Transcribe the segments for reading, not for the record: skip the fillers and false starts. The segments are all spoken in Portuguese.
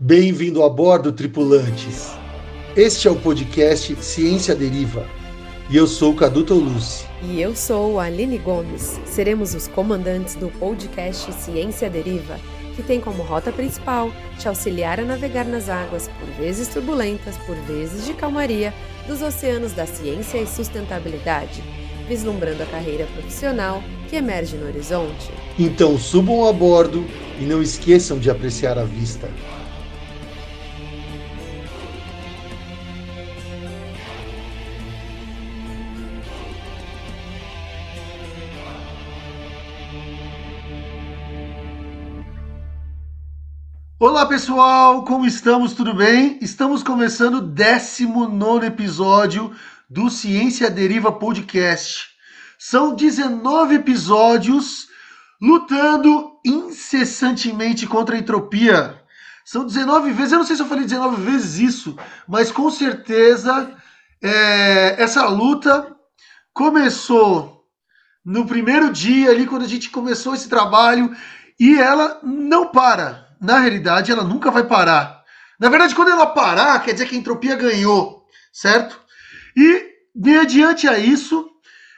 Bem-vindo a bordo, tripulantes. Este é o podcast Ciência à Deriva. E eu sou o Cadu Tolucci. E eu sou a Aline Gomes. Seremos os comandantes do podcast Ciência à Deriva, que tem como rota principal te auxiliar a navegar nas águas, por vezes turbulentas, por vezes de calmaria, dos oceanos da ciência e sustentabilidade, vislumbrando a carreira profissional que emerge no horizonte. Então subam a bordo e não esqueçam de apreciar a vista. Olá pessoal, como estamos? Tudo bem? Estamos começando o 19º episódio do Ciência à Deriva Podcast. São 19 episódios lutando incessantemente contra a entropia. São 19 vezes, eu não sei se eu falei 19 vezes isso, mas com certeza essa luta começou no primeiro dia ali, quando a gente começou esse trabalho, e ela não para. Na realidade, ela nunca vai parar. Na verdade, quando ela parar, quer dizer que a entropia ganhou, certo? E, mediante a isso,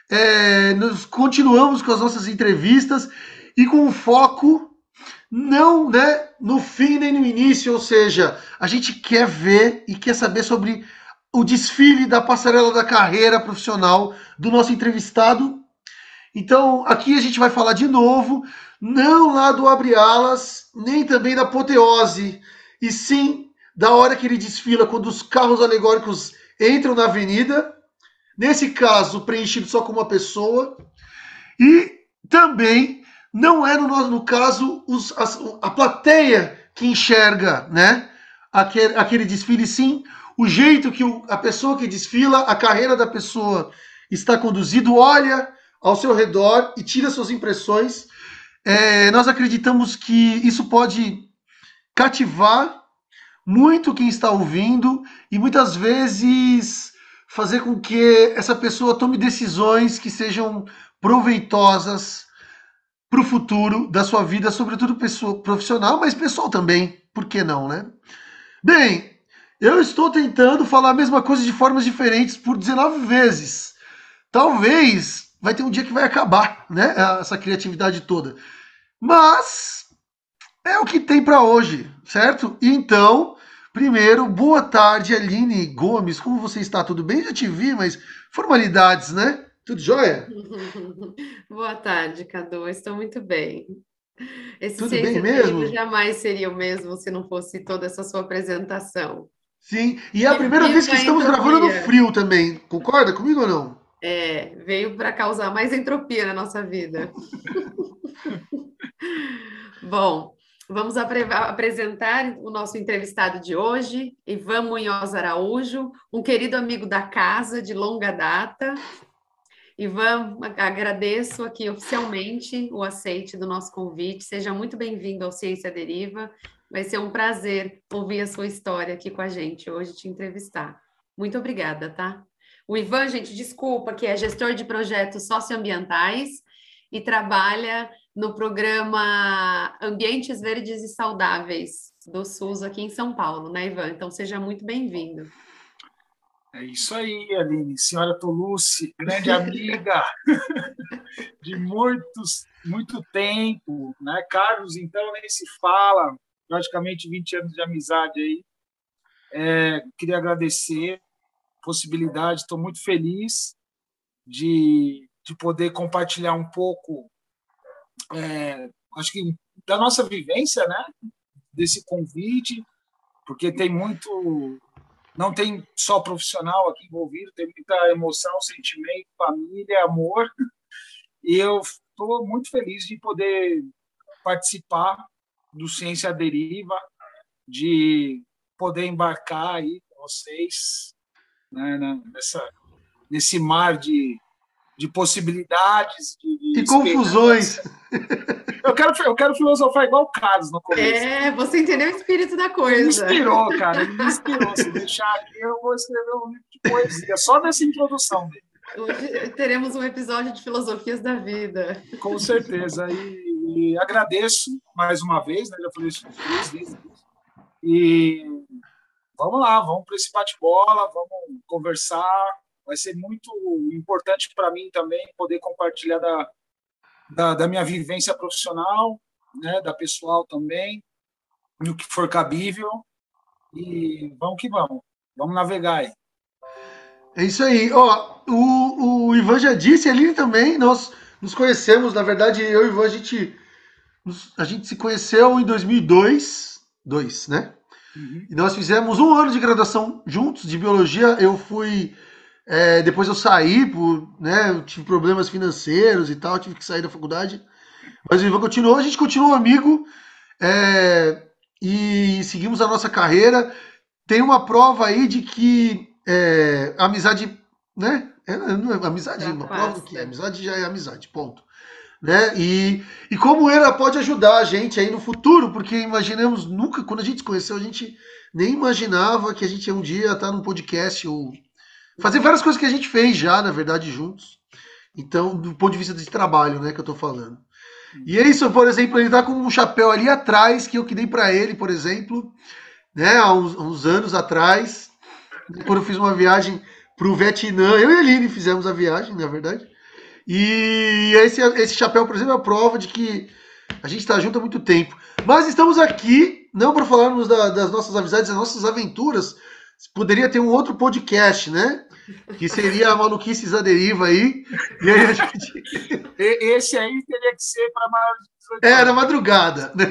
nós continuamos com as nossas entrevistas e com um foco não, né, no fim nem no início, ou seja, a gente quer ver e quer saber sobre o desfile da passarela da carreira profissional do nosso entrevistado. Então, aqui a gente vai falar de novo, não lá do abre alas, nem também da apoteose, e sim da hora que ele desfila, quando os carros alegóricos entram na avenida, nesse caso preenchido só com uma pessoa, e também não é no caso a plateia que enxerga, né, aquele desfile, sim, o jeito que a pessoa que desfila, a carreira da pessoa está conduzido, olha ao seu redor e tira suas impressões. Nós acreditamos que isso pode cativar muito quem está ouvindo e muitas vezes fazer com que essa pessoa tome decisões que sejam proveitosas para o futuro da sua vida, sobretudo profissional, mas pessoal também, por que não, né? Bem, eu estou tentando falar a mesma coisa de formas diferentes por 19 vezes. Talvez vai ter um dia que vai acabar, né? Essa criatividade toda. Mas é o que tem para hoje, certo? Então, primeiro, boa tarde, Aline Gomes. Como você está? Tudo bem? Já te vi, mas formalidades, né? Tudo jóia? Boa tarde, Cadu. Estou muito bem. Esse Tudo bem Ciência à Deriva mesmo? jamais seria o mesmo se não fosse toda essa sua apresentação. Sim. E é a E primeira vez viva que a estamos gravando no entropia! frio também. Concorda comigo ou não? Veio para causar mais entropia na nossa vida. Bom, vamos apresentar o nosso entrevistado de hoje, Ivan Munhoz Araújo, um querido amigo da casa de longa data. Ivan, agradeço aqui oficialmente o aceite do nosso convite. Seja muito bem-vindo ao Ciência à Deriva. Vai ser um prazer ouvir a sua história aqui com a gente hoje, te entrevistar. Muito obrigada, tá? O Ivan, gente, desculpa, que é gestor de projetos socioambientais e trabalha no programa Ambientes Verdes e Saudáveis do SUS aqui em São Paulo, né, Ivan? Então, seja muito bem-vindo. É isso aí, Aline. Senhora Tolucci, grande amiga de muito tempo, né? Carlos, então, nem se fala, praticamente 20 anos de amizade aí. Queria agradecer a possibilidade, estou muito feliz de poder compartilhar um pouco, acho que da nossa vivência, né? Desse convite, porque tem muito... Não tem só profissional aqui envolvido, tem muita emoção, sentimento, família, amor. E eu estou muito feliz de poder participar do Ciência à Deriva, de poder embarcar aí com vocês, né, nesse mar de possibilidades, de E confusões. Eu quero filosofar igual o Carlos no começo. Você entendeu o espírito da coisa. Ele me inspirou, cara. Ele me inspirou. Se deixar aqui, eu vou escrever um livro de poesia, só nessa introdução dele. Hoje teremos um episódio de Filosofias da Vida. Com certeza. E agradeço mais uma vez, né? Já falei isso 3 vezes. E vamos lá, vamos para esse bate-bola, vamos conversar. Vai ser muito importante para mim também poder compartilhar da minha vivência profissional, né, da pessoal também, no que for cabível. E vamos que vamos. Vamos navegar aí. É isso aí. Ó, o Ivan já disse, a Aline também, nós nos conhecemos, na verdade, eu e o Ivan, a gente se conheceu em 2002, né? Uhum. E nós fizemos um ano de graduação juntos, de biologia. Eu fui... depois eu saí, né, eu tive problemas financeiros e tal, tive que sair da faculdade. Mas o Ivan continuou, a gente continuou amigo, e seguimos a nossa carreira. Tem uma prova aí de que amizade, né? Não é amizade, uma prova do que é. Amizade já é amizade, ponto. Né? E como ela pode ajudar a gente aí no futuro, porque imaginamos nunca, quando a gente se conheceu, a gente nem imaginava que a gente ia um dia estar num podcast ou fazer várias coisas que a gente fez já, na verdade, juntos. Então, do ponto de vista de trabalho, né, que eu tô falando. E é isso, por exemplo, ele tá com um chapéu ali atrás que eu que dei para ele, por exemplo, né, há uns anos atrás, quando eu fiz uma viagem pro Vietnã. Eu e a Aline fizemos a viagem, na verdade. E esse chapéu, por exemplo, é a prova de que a gente está junto há muito tempo. Mas estamos aqui, não para falarmos das nossas amizades, das nossas aventuras. Poderia ter um outro podcast, né? Que seria a Maluquices à Deriva aí. E aí a gente... Esse aí teria que ser para maiores de 18 É, anos. na madrugada, né?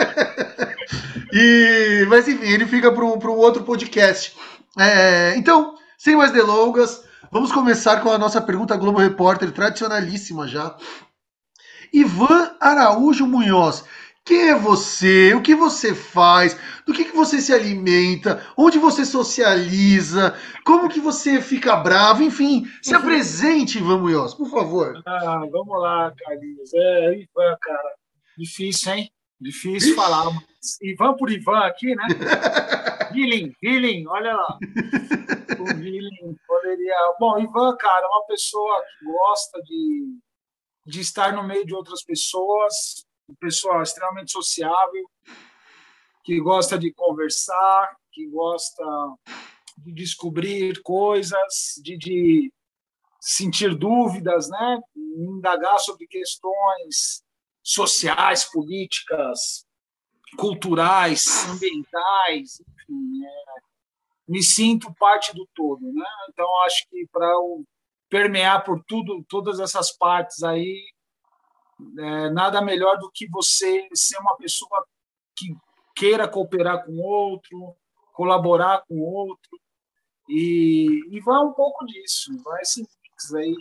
Mas enfim, ele fica para um outro podcast. Então, sem mais delongas, vamos começar com a nossa pergunta Globo Repórter, tradicionalíssima já. Ivan Araújo Munhoz, quem é você? O que você faz? Do que você se alimenta? Onde você socializa? Como que você fica bravo? Enfim, se apresente, Ivan Munhoz, por favor. Vamos lá, Carlinhos. Ivan, cara. Difícil, hein? Difícil Vixe. falar. Mas Ivan por Ivan aqui, né? Healing, olha lá. O Healing poderia... Bom, Ivan, cara, é uma pessoa que gosta de estar no meio de outras pessoas, uma pessoa extremamente sociável, que gosta de conversar, que gosta de descobrir coisas, de sentir dúvidas, né? Indagar sobre questões sociais, políticas, culturais, ambientais, enfim, me sinto parte do todo, né? Então acho que para eu permear por todas essas partes aí, nada melhor do que você ser uma pessoa que queira cooperar com o outro, colaborar com o outro, e vai um pouco disso, vai esse mix aí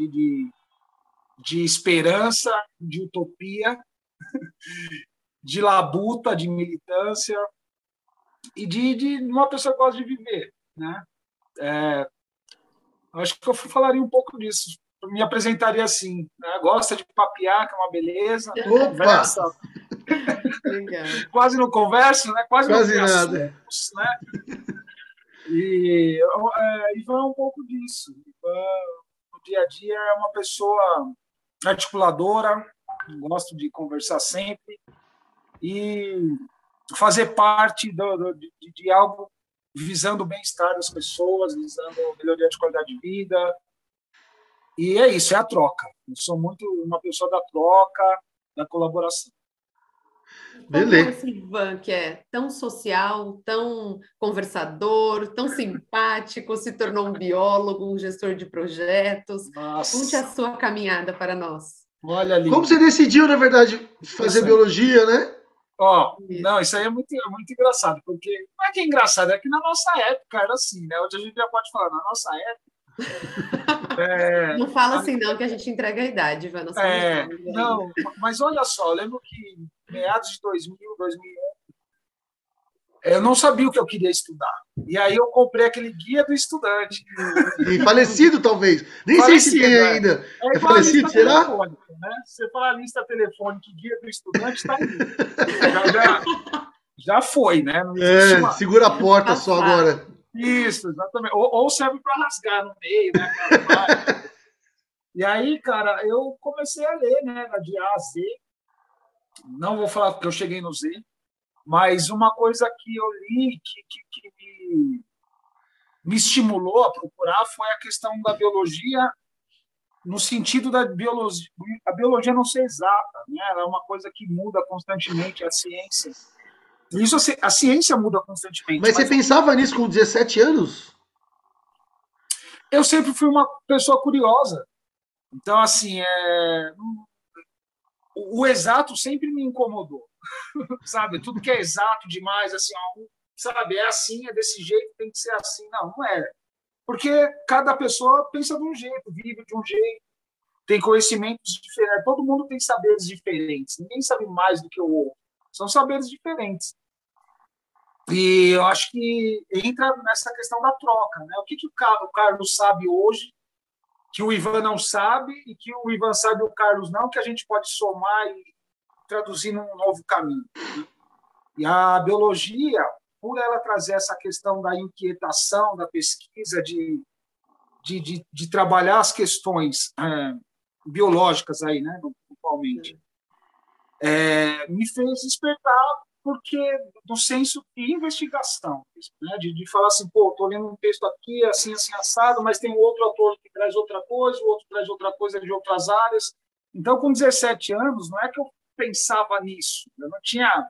de esperança, de utopia, de labuta, de militância e de uma pessoa que gosta de viver, né? Acho que eu falaria um pouco disso. Eu me apresentaria assim, né? Gosta de papear, que é uma beleza. Conversa. Legal. Quase não converso, né? Quase não tem nada. assuntos, né? E Ivan é um pouco disso. Ivan, no dia a dia, é uma pessoa articuladora, gosto de conversar sempre e fazer parte de algo visando o bem-estar das pessoas, visando a melhoria de qualidade de vida. E é isso, é a troca. Eu sou muito uma pessoa da troca, da colaboração. Beleza. Como esse Ivan, que é tão social, tão conversador, tão simpático, se tornou um biólogo, um gestor de projetos. Nossa. Conte a sua caminhada para nós. Olha ali. Como você decidiu, na verdade, fazer biologia, né? Não, isso aí é muito engraçado, porque não é que é engraçado, é que na nossa época era assim, né? Hoje a gente já pode falar, na nossa época... Não fala assim não, que a gente entrega a idade, Ivan. Não, mas olha só, eu lembro que meados de 2000, 2001, eu não sabia o que eu queria estudar. E aí eu comprei aquele guia do estudante. E falecido, talvez. Nem falecido, sei se tem ainda. É falecido, será? Né? Você fala lista telefônica e guia do estudante, está aí. Já foi, né? Não existe mais. Segura a porta só agora. Isso, exatamente. Ou serve para rasgar no meio, né? E aí, cara, eu comecei a ler, né? De A a Z. Não vou falar porque eu cheguei no Z. Mas uma coisa que eu li que me estimulou a procurar foi a questão da biologia, no sentido da biologia, a biologia não ser exata, né? Ela é uma coisa que muda constantemente, a ciência. Isso, a ciência muda constantemente, Mas você mas pensava nisso com 17 anos? eu sempre fui uma pessoa curiosa. Então, assim, o exato sempre me incomodou, sabe? Tudo que é exato demais, assim, ó, sabe? É assim, é desse jeito, tem que ser assim. Não, não é. Porque cada pessoa pensa de um jeito, vive de um jeito, tem conhecimentos diferentes. Todo mundo tem saberes diferentes. Ninguém sabe mais do que o outro. São saberes diferentes. E eu acho que entra nessa questão da troca, né? O que o Carlos sabe hoje que o Ivan não sabe e que o Ivan sabe e o Carlos não, que a gente pode somar e traduzir num novo caminho. E a biologia, por ela trazer essa questão da inquietação, da pesquisa, de trabalhar as questões biológicas aí, né, principalmente, me fez despertar porque do senso de investigação, né, de falar assim, pô, estou lendo um texto aqui, assim, assim, assado, mas tem outro autor que traz outra coisa, o outro traz outra coisa de outras áreas. Então, com 17 anos, não é que eu pensava nisso, eu não tinha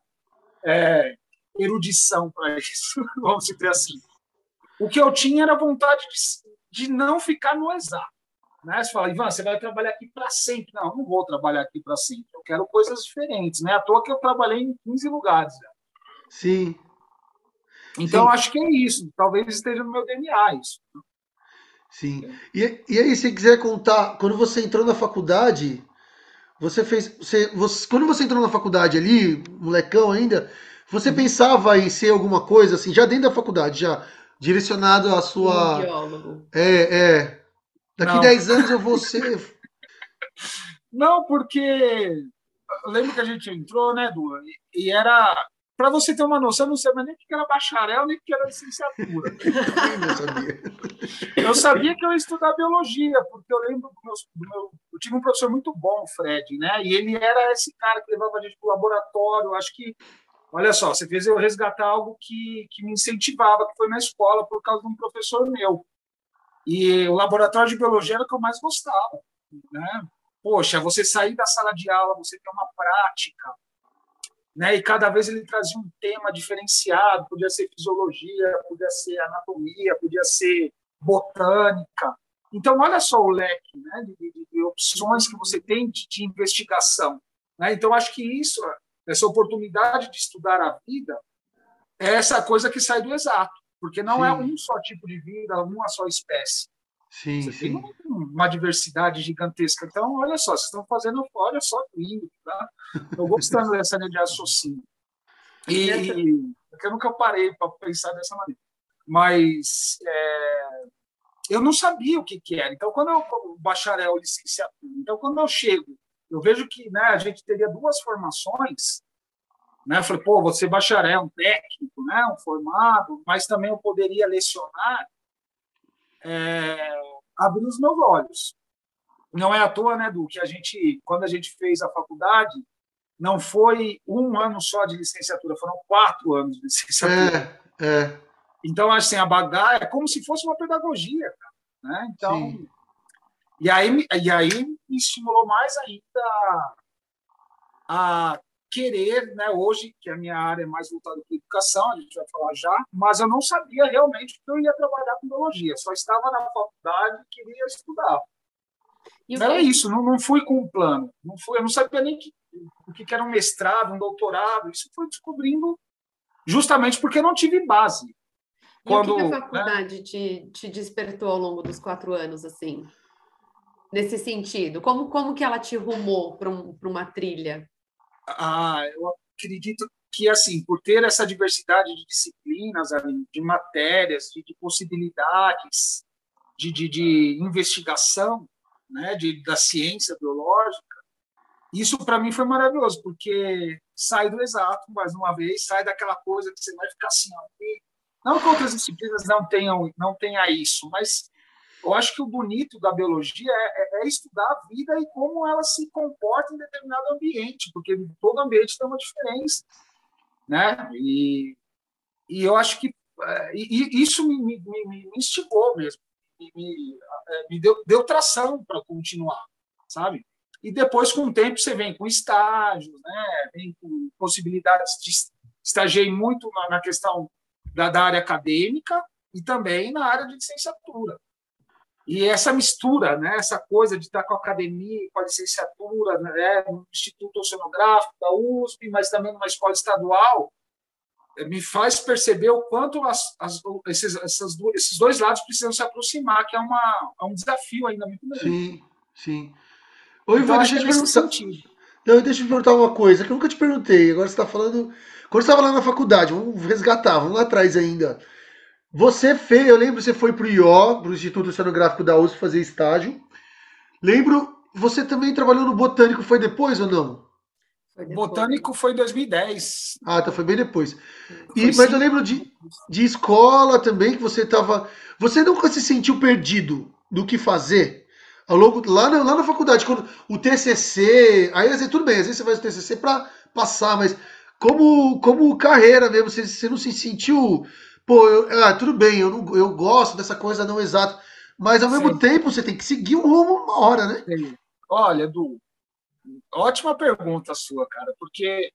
erudição para isso, vamos dizer assim. O que eu tinha era vontade de não ficar no exato. Né? Você fala, Ivan, você vai trabalhar aqui para sempre. Não, não vou trabalhar aqui para sempre. Eu quero coisas diferentes. Né? À toa que eu trabalhei em 15 lugares. Já. Sim. Então, Sim. acho que é isso. Talvez esteja no meu DNA isso. Sim. E aí, se quiser contar, quando você entrou na faculdade, quando você entrou na faculdade ali, molecão ainda, você pensava em ser alguma coisa assim, já dentro da faculdade, já direcionado à Um sua. biólogo. Daqui Não. 10 anos eu vou ser. Não, porque eu lembro que a gente entrou, né, Du? E era. Para você ter uma noção, eu não sabia nem o que era bacharel, nem o que era licenciatura. Também não sabia. Eu sabia que eu ia estudar biologia, porque eu lembro eu tive um professor muito bom, o Fred, né? E ele era esse cara que levava a gente para o laboratório. Acho que, olha só, você fez eu resgatar algo que me incentivava, que foi na escola, por causa de um professor meu. E o laboratório de biologia era o que eu mais gostava, né? Poxa, você sair da sala de aula, você ter uma prática, né? E cada vez ele trazia um tema diferenciado, podia ser fisiologia, podia ser anatomia, podia ser botânica. Então, olha só o leque, né, de opções que você tem de investigação. Né? Então, acho que isso, essa oportunidade de estudar a vida, é essa coisa que sai do exato, porque não é Sim, um só tipo de vida, uma só espécie. sim, Você tem sim. uma diversidade gigantesca. Então, olha só, vocês estão fazendo, olha só que lindo, tá? Estou gostando dessa linha de raciocínio. Nessa, Porque eu nunca parei para pensar dessa maneira. Mas eu não sabia o que era. Então, quando eu bacharel, licenciatura, então quando eu chego, eu vejo que, né, a gente teria duas formações, né? Eu falei, pô, você bacharel, um técnico, né, um formado, mas também eu poderia lecionar, abrir os meus olhos. Não é à toa, né, Du, que quando a gente fez a faculdade, não foi um ano só de licenciatura, foram 4 anos de licenciatura. É, Então, assim, a bagagem é como se fosse uma pedagogia, né? Então, sim. e aí me estimulou mais ainda a querer, né? Hoje, que a minha área é mais voltada para a educação, a gente vai falar já, mas eu não sabia realmente que eu ia trabalhar com biologia, só estava na faculdade e queria estudar. e o Era que, isso, não fui com um plano, eu não sabia nem o que era um mestrado, um doutorado, isso fui descobrindo justamente porque não tive base. e o que a Quando, né, faculdade te despertou ao longo dos 4 anos, assim, nesse sentido? Como que ela te rumou para uma trilha? eu acredito que, assim, por ter essa diversidade de disciplinas, de matérias, de possibilidades, de investigação, né, da ciência biológica, isso para mim foi maravilhoso, porque sai do exato, mais uma vez, sai daquela coisa que você vai ficar assim, ó, não que outras disciplinas não tenha isso, mas eu acho que o bonito da biologia é estudar a vida e como ela se comporta em determinado ambiente, porque todo ambiente tem uma diferença. né? E eu acho que isso me instigou mesmo, me deu tração para continuar, sabe? E depois, com o tempo, você vem com estágios, né? Vem com possibilidades de estagiei muito na questão da área acadêmica e também na área de licenciatura. E essa mistura, né, essa coisa de estar com a academia, com a licenciatura, né, no Instituto Oceanográfico da USP, mas também numa escola estadual, me faz perceber o quanto esses dois lados precisam se aproximar, que é um desafio ainda muito grande. Sim, sim. Ô, Então, Ivan, acho deixa que eu é te nesse perguntar. sentido. Não, deixa eu te perguntar uma coisa que eu nunca te perguntei. Agora você está falando. Quando você estava lá na faculdade, vamos resgatar, vamos lá atrás ainda. Você fez, eu lembro que você foi para o IO, para o Instituto Oceanográfico da USP, fazer estágio. Lembro, você também trabalhou no Botânico, foi depois ou não? Foi O depois. Botânico foi em 2010. Ah, tá, foi bem depois. Foi Mas eu 5 lembro anos depois. de escola também, que você estava. Você nunca se sentiu perdido do que fazer? Ao longo, lá na faculdade, quando o TCC. Aí, às vezes, tudo bem, às vezes você faz o TCC para passar, mas como carreira mesmo, você não se sentiu. Pô, tudo bem, eu gosto dessa coisa não exata. Mas ao mesmo Sei, tempo você tem que seguir um rumo uma hora, né? sei. Olha, Edu, ótima pergunta sua, cara, porque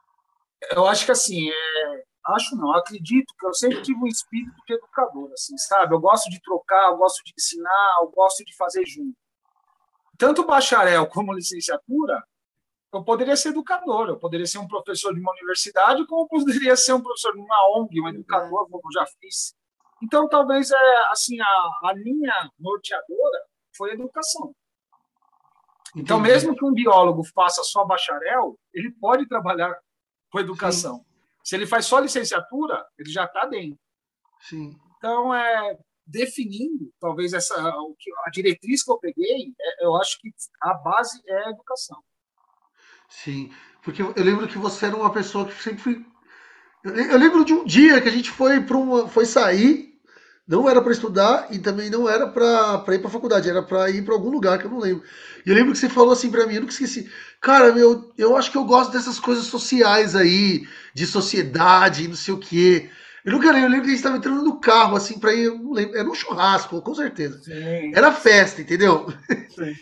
eu acho que assim, acho não, acredito que eu sempre tive um espírito de educador, assim, sabe? Eu gosto de trocar, eu gosto de ensinar, eu gosto de fazer junto. Tanto bacharel como licenciatura, eu poderia ser educador, eu poderia ser um professor de uma universidade, como eu poderia ser um professor de uma ONG, um Exato. educador, como eu já fiz. Então, talvez assim a linha norteadora foi a educação. Então, Entendi. mesmo que um biólogo faça só bacharel, ele pode trabalhar com Sim, educação. Se ele faz só licenciatura, ele já está dentro. sim. Então, definindo, talvez a diretriz que eu peguei, eu acho que a base é a educação. Sim. Porque eu lembro que você era uma pessoa que sempre. Eu lembro de um dia que a gente foi sair, não era para estudar e também não era para ir para faculdade, era para ir para algum lugar que eu não lembro. E eu lembro que você falou assim para mim, eu nunca esqueci. Cara, meu, eu acho que eu gosto dessas coisas sociais aí, de sociedade, não sei o quê. Eu nunca lembro, eu lembro que a gente estava entrando no carro assim para ir, eu não lembro, era um churrasco, com certeza. Sim, Era festa, entendeu? sim.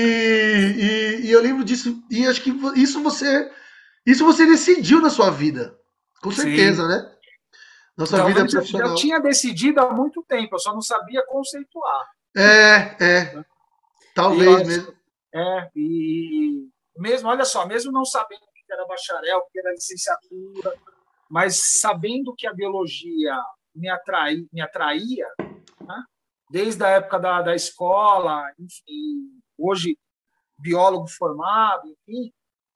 E eu lembro disso, e acho que isso você decidiu na sua vida. Com Sim. certeza, né? Na sua vida Talvez já profissional. tinha decidido há muito tempo, eu só não sabia conceituar. É, Né? E eu talvez acho, mesmo. e mesmo, olha só, mesmo não sabendo o que era bacharel, o que era licenciatura, mas sabendo que a biologia me atraía, né? Desde a época da escola, enfim, hoje biólogo formado, enfim,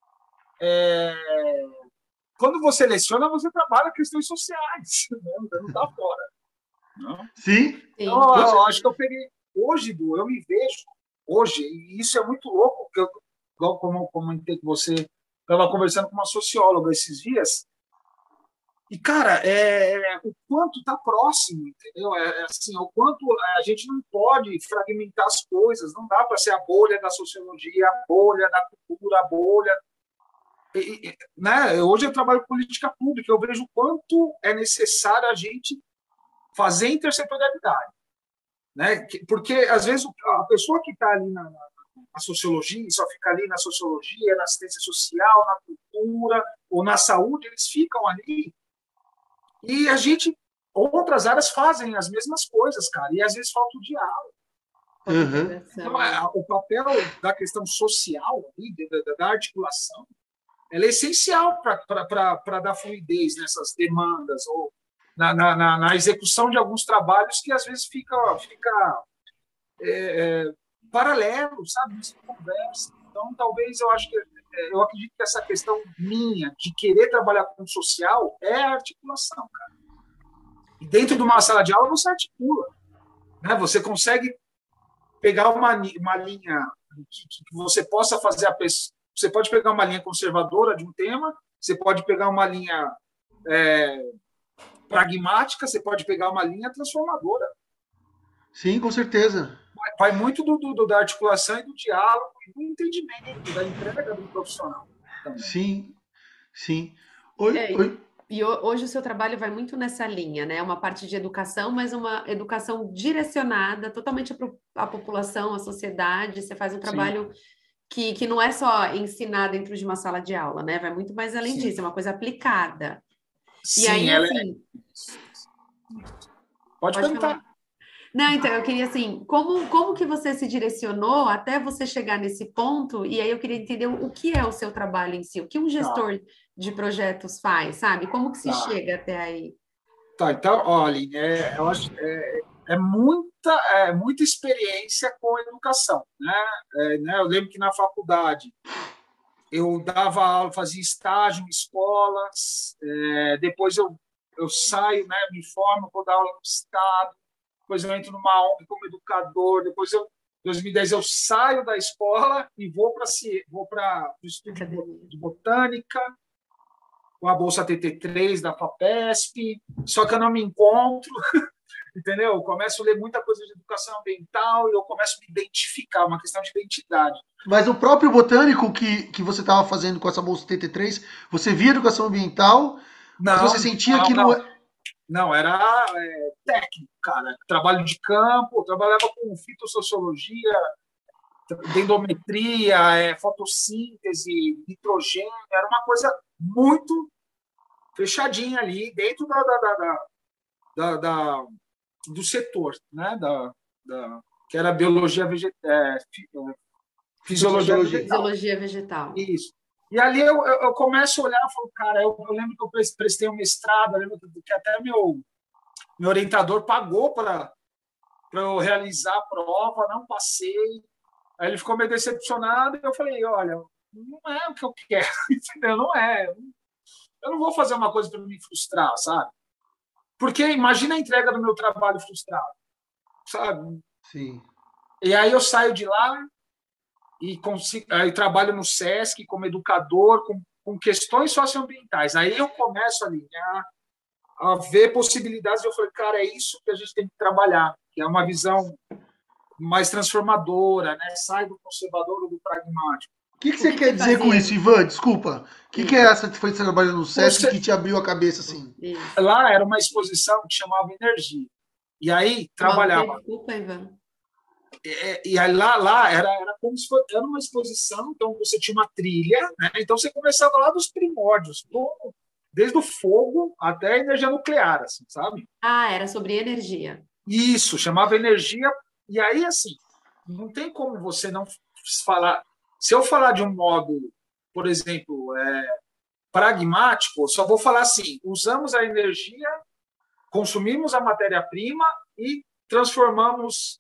quando você leciona, você trabalha questões sociais, né? Você não está fora. Não? Sim, Então, Sim, com eu acho que certeza. eu peguei. Hoje, Du, eu me vejo, hoje, e isso é muito louco, porque igual como comentei com você, estava conversando com uma socióloga esses dias, e, cara, o quanto está próximo, entendeu? Assim, o quanto a gente não pode fragmentar as coisas, não dá para ser a bolha da sociologia, a bolha da cultura, a bolha. Né? Hoje eu trabalho com política pública, eu vejo o quanto é necessário a gente fazer intersetorialidade. Né? Porque, às vezes, a pessoa que está ali na sociologia, só fica ali na sociologia, na assistência social, na cultura ou na saúde, eles ficam ali e a gente, outras áreas fazem as mesmas coisas, cara, e às vezes falta o diálogo. Falta uhum, Então, integração, né? o papel da questão social, ali, da articulação, ela é essencial para dar fluidez nessas demandas ou na execução de alguns trabalhos que às vezes fica paralelo, sabe? Não se conversa. Então, talvez eu acredito que essa questão minha de querer trabalhar com o social é a articulação, cara. E dentro de uma sala de aula você articula, né? Você consegue pegar uma linha que você possa fazer a pessoa. Você pode pegar uma linha conservadora de um tema, você pode pegar uma linha pragmática, você pode pegar uma linha transformadora. sim, com certeza. Vai muito da articulação e do diálogo e do entendimento, da entrega do profissional também. Sim, sim. Oi, É, oi. e hoje o seu trabalho vai muito nessa linha, né? Uma parte de educação, mas uma educação direcionada totalmente à população, à sociedade. Você faz um Sim, trabalho que não é só ensinar dentro de uma sala de aula, né? Vai muito mais além sim. disso, é uma coisa aplicada. E Sim, aí, ela é. assim, Pode pode perguntar. falar. Não, então, eu queria assim, como que você se direcionou até você chegar nesse ponto? E aí eu queria entender o que é o seu trabalho em si, o que um Tá, gestor de projetos faz, sabe? Como que se tá. chega até aí? Tá, então, olha, eu acho muita experiência com educação, né? Eu lembro que na faculdade eu dava aula, fazia estágio em escolas, depois eu saio, né, me formo, vou dar aula no estado, depois eu entro numa ONG como educador, depois em 2010 eu saio da escola e vou para o estudo Academia. de botânica, com a bolsa TT3 da FAPESP, só que eu não me encontro, entendeu? Eu começo a ler muita coisa de educação ambiental e eu começo a me identificar, uma questão de identidade. Mas o próprio botânico que você estava fazendo com essa bolsa TT3, você via educação ambiental, mas você Não, sentia não, que não não, é. não, era técnico, cara, trabalho de campo, eu trabalhava com fitossociologia, dendrometria, fotossíntese, nitrogênio, era uma coisa muito fechadinha ali dentro da, da, do setor, né? Que era biologia vegetal, fisiologia Fitossociologia. vegetal. Fisiologia vegetal. Isso. E ali eu começo a olhar e falo, cara, eu lembro que eu prestei um mestrado, eu lembro que até meu orientador pagou para eu realizar a prova, não passei. Aí ele ficou meio decepcionado e eu falei, olha, não é o que eu quero, entendeu? Não é. Eu não vou fazer uma coisa para me frustrar, sabe? Porque imagina a entrega do meu trabalho frustrado, sabe? Sim. E aí eu saio de lá e aí trabalho no SESC como educador, com questões socioambientais. Aí eu começo ali, né, a ver possibilidades. Eu falei, cara, é isso que a gente tem que trabalhar, que é uma visão mais transformadora, né? Sai do conservador ou do pragmático. O que O você que quer você dizer com isso, fazia? Ivan? Desculpa. O que é Isso, essa que foi trabalhando no Sesc Você, que te abriu a cabeça assim? isso. lá era uma exposição que chamava Energia. E aí Chamava o quê? trabalhava. Desculpa, Ivan. E aí lá era como se fosse era uma exposição, então você tinha uma trilha, né? Então você começava lá dos primórdios, desde o fogo até a energia nuclear, assim, sabe? Ah, era sobre energia. Isso, chamava energia. E aí, assim, não tem como você não falar. Se eu falar de um modo, por exemplo, pragmático, eu só vou falar assim: usamos a energia, consumimos a matéria-prima e transformamos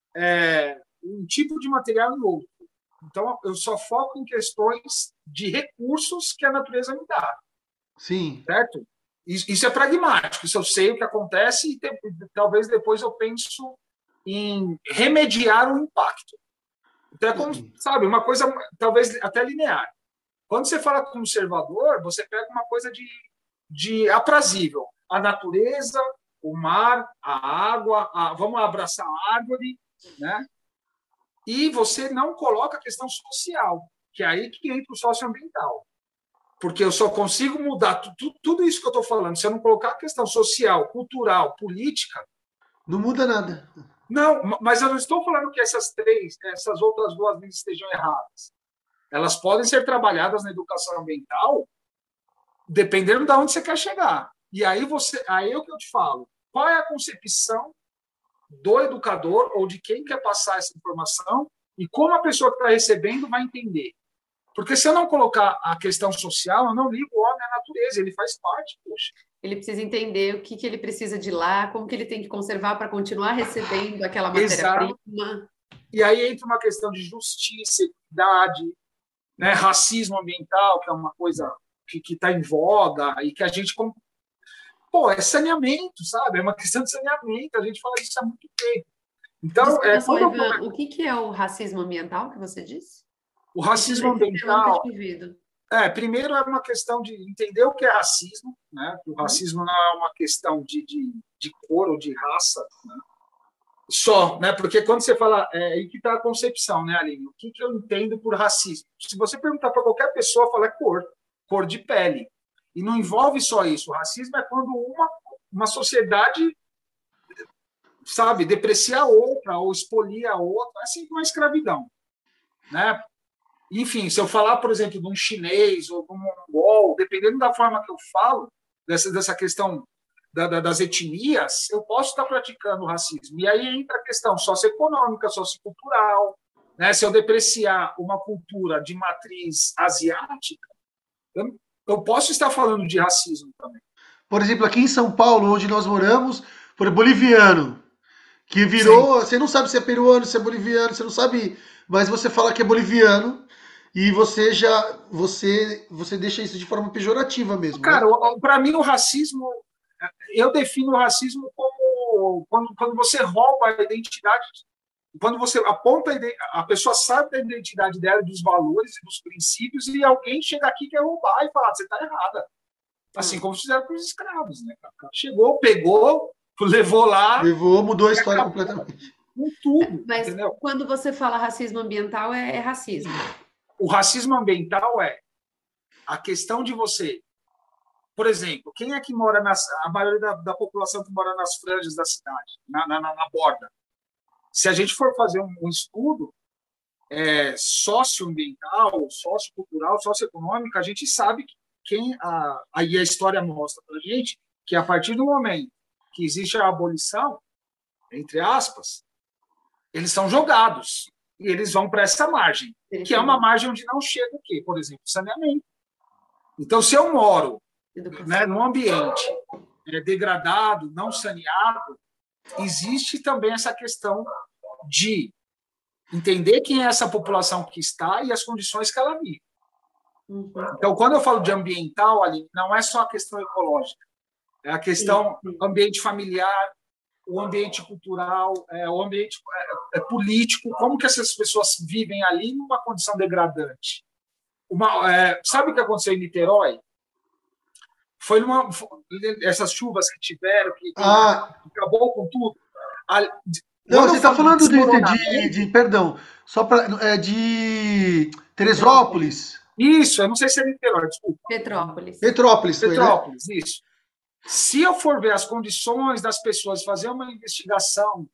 um tipo de material em outro. Então, eu só foco em questões de recursos que a natureza me dá, Sim. certo? Isso é pragmático, isso eu sei o que acontece e talvez depois eu penso em remediar o impacto. Então, é como, Sim. sabe, uma coisa talvez até linear. Quando você fala conservador, você pega uma coisa de aprazível. A natureza, o mar, a água, vamos abraçar a árvore, né? E você não coloca a questão social, que é aí que entra o socioambiental. Porque eu só consigo mudar tudo isso que eu estou falando. Se eu não colocar a questão social, cultural, política, Não muda nada. não, mas eu não estou falando que essas outras duas linhas estejam erradas. Elas podem ser trabalhadas na educação ambiental, dependendo de onde você quer chegar. E aí é o que eu te falo. Qual é a concepção do educador ou de quem quer passar essa informação e como a pessoa que está recebendo vai entender? Porque se eu não colocar a questão social, eu não ligo o homem à natureza, ele faz parte, poxa. Ele precisa entender o que ele precisa de lá, como que ele tem que conservar para continuar recebendo aquela Exato. matéria-prima. E aí entra uma questão de justiça, equidade, né, racismo ambiental, que é uma coisa que está em voga e que a gente. Pô, é saneamento, sabe? É uma questão de saneamento, a gente fala disso há muito tempo. Então, Desculpa só, quando Ivan, o que é o racismo ambiental que você disse? o racismo Esse termo eu nunca ambiental. tinha ouvido. Primeiro é uma questão de entender o que é racismo, né? O racismo não é uma questão de cor ou de raça, né? Só, né? Porque quando você fala, aí que está a concepção, né, Aline? O que eu entendo por racismo? Se você perguntar para qualquer pessoa, fala cor de pele. E não envolve só isso. O racismo é quando uma sociedade, sabe, deprecia a outra ou expolia a outra, assim como a escravidão, né? Enfim, se eu falar, por exemplo, de um chinês ou de um mongol, dependendo da forma que eu falo, dessa questão das etnias, eu posso estar praticando o racismo. E aí entra a questão socioeconômica, sociocultural, né? Se eu depreciar uma cultura de matriz asiática, eu posso estar falando de racismo também. Por exemplo, aqui em São Paulo, onde nós moramos, por boliviano, que virou, Sim. você não sabe se é peruano, se é boliviano, você não sabe, mas você fala que é boliviano e você deixa isso de forma pejorativa mesmo, né? Cara, para mim o racismo, eu defino o racismo como quando você rouba a identidade, quando você aponta a pessoa sabe da identidade dela, dos valores e dos princípios, e alguém chega aqui e quer roubar e fala, você está errada. Assim como fizeram com os escravos, né? O cara chegou, pegou, levou lá. Levou, mudou a história acabou completamente. com tudo, Mas entendeu? quando você fala racismo ambiental, é racismo. O racismo ambiental é a questão de você, por exemplo, quem é que mora a maioria da população que mora nas franjas da cidade, na borda? Se a gente for fazer um estudo socioambiental, sociocultural, socioeconômico, a gente sabe que aí a história mostra para a gente que a partir do momento que existe a abolição, entre aspas, eles são jogados e eles vão para essa margem, que é uma margem onde não chega o quê? Por exemplo, saneamento. Então, se eu moro, né, num ambiente degradado, não saneado, existe também essa questão de entender quem é essa população que está e as condições que ela vive. Então, quando eu falo de ambiental, ali, não é só a questão ecológica, é a questão ambiente familiar, o ambiente cultural, o ambiente político, como que essas pessoas vivem ali numa condição degradante. Sabe o que aconteceu em Niterói? Foi essas chuvas que tiveram, que acabou com tudo. Não, você está falando perdão, só para de Teresópolis. Isso, eu não sei se é Niterói, desculpa. Petrópolis, foi, Petrópolis, né? Isso. Se eu for ver as condições das pessoas, fazer uma investigação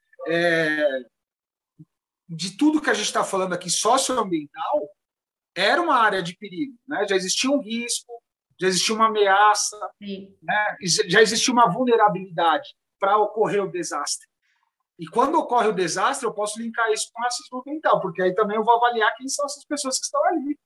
de tudo que a gente está falando aqui socioambiental, era uma área de perigo, né? Já existia um risco, já existia uma ameaça, né? Já existia uma vulnerabilidade para ocorrer o desastre. E quando ocorre o desastre, eu posso linkar isso com racismo ambiental, porque aí também eu vou avaliar quem são essas pessoas que estão ali.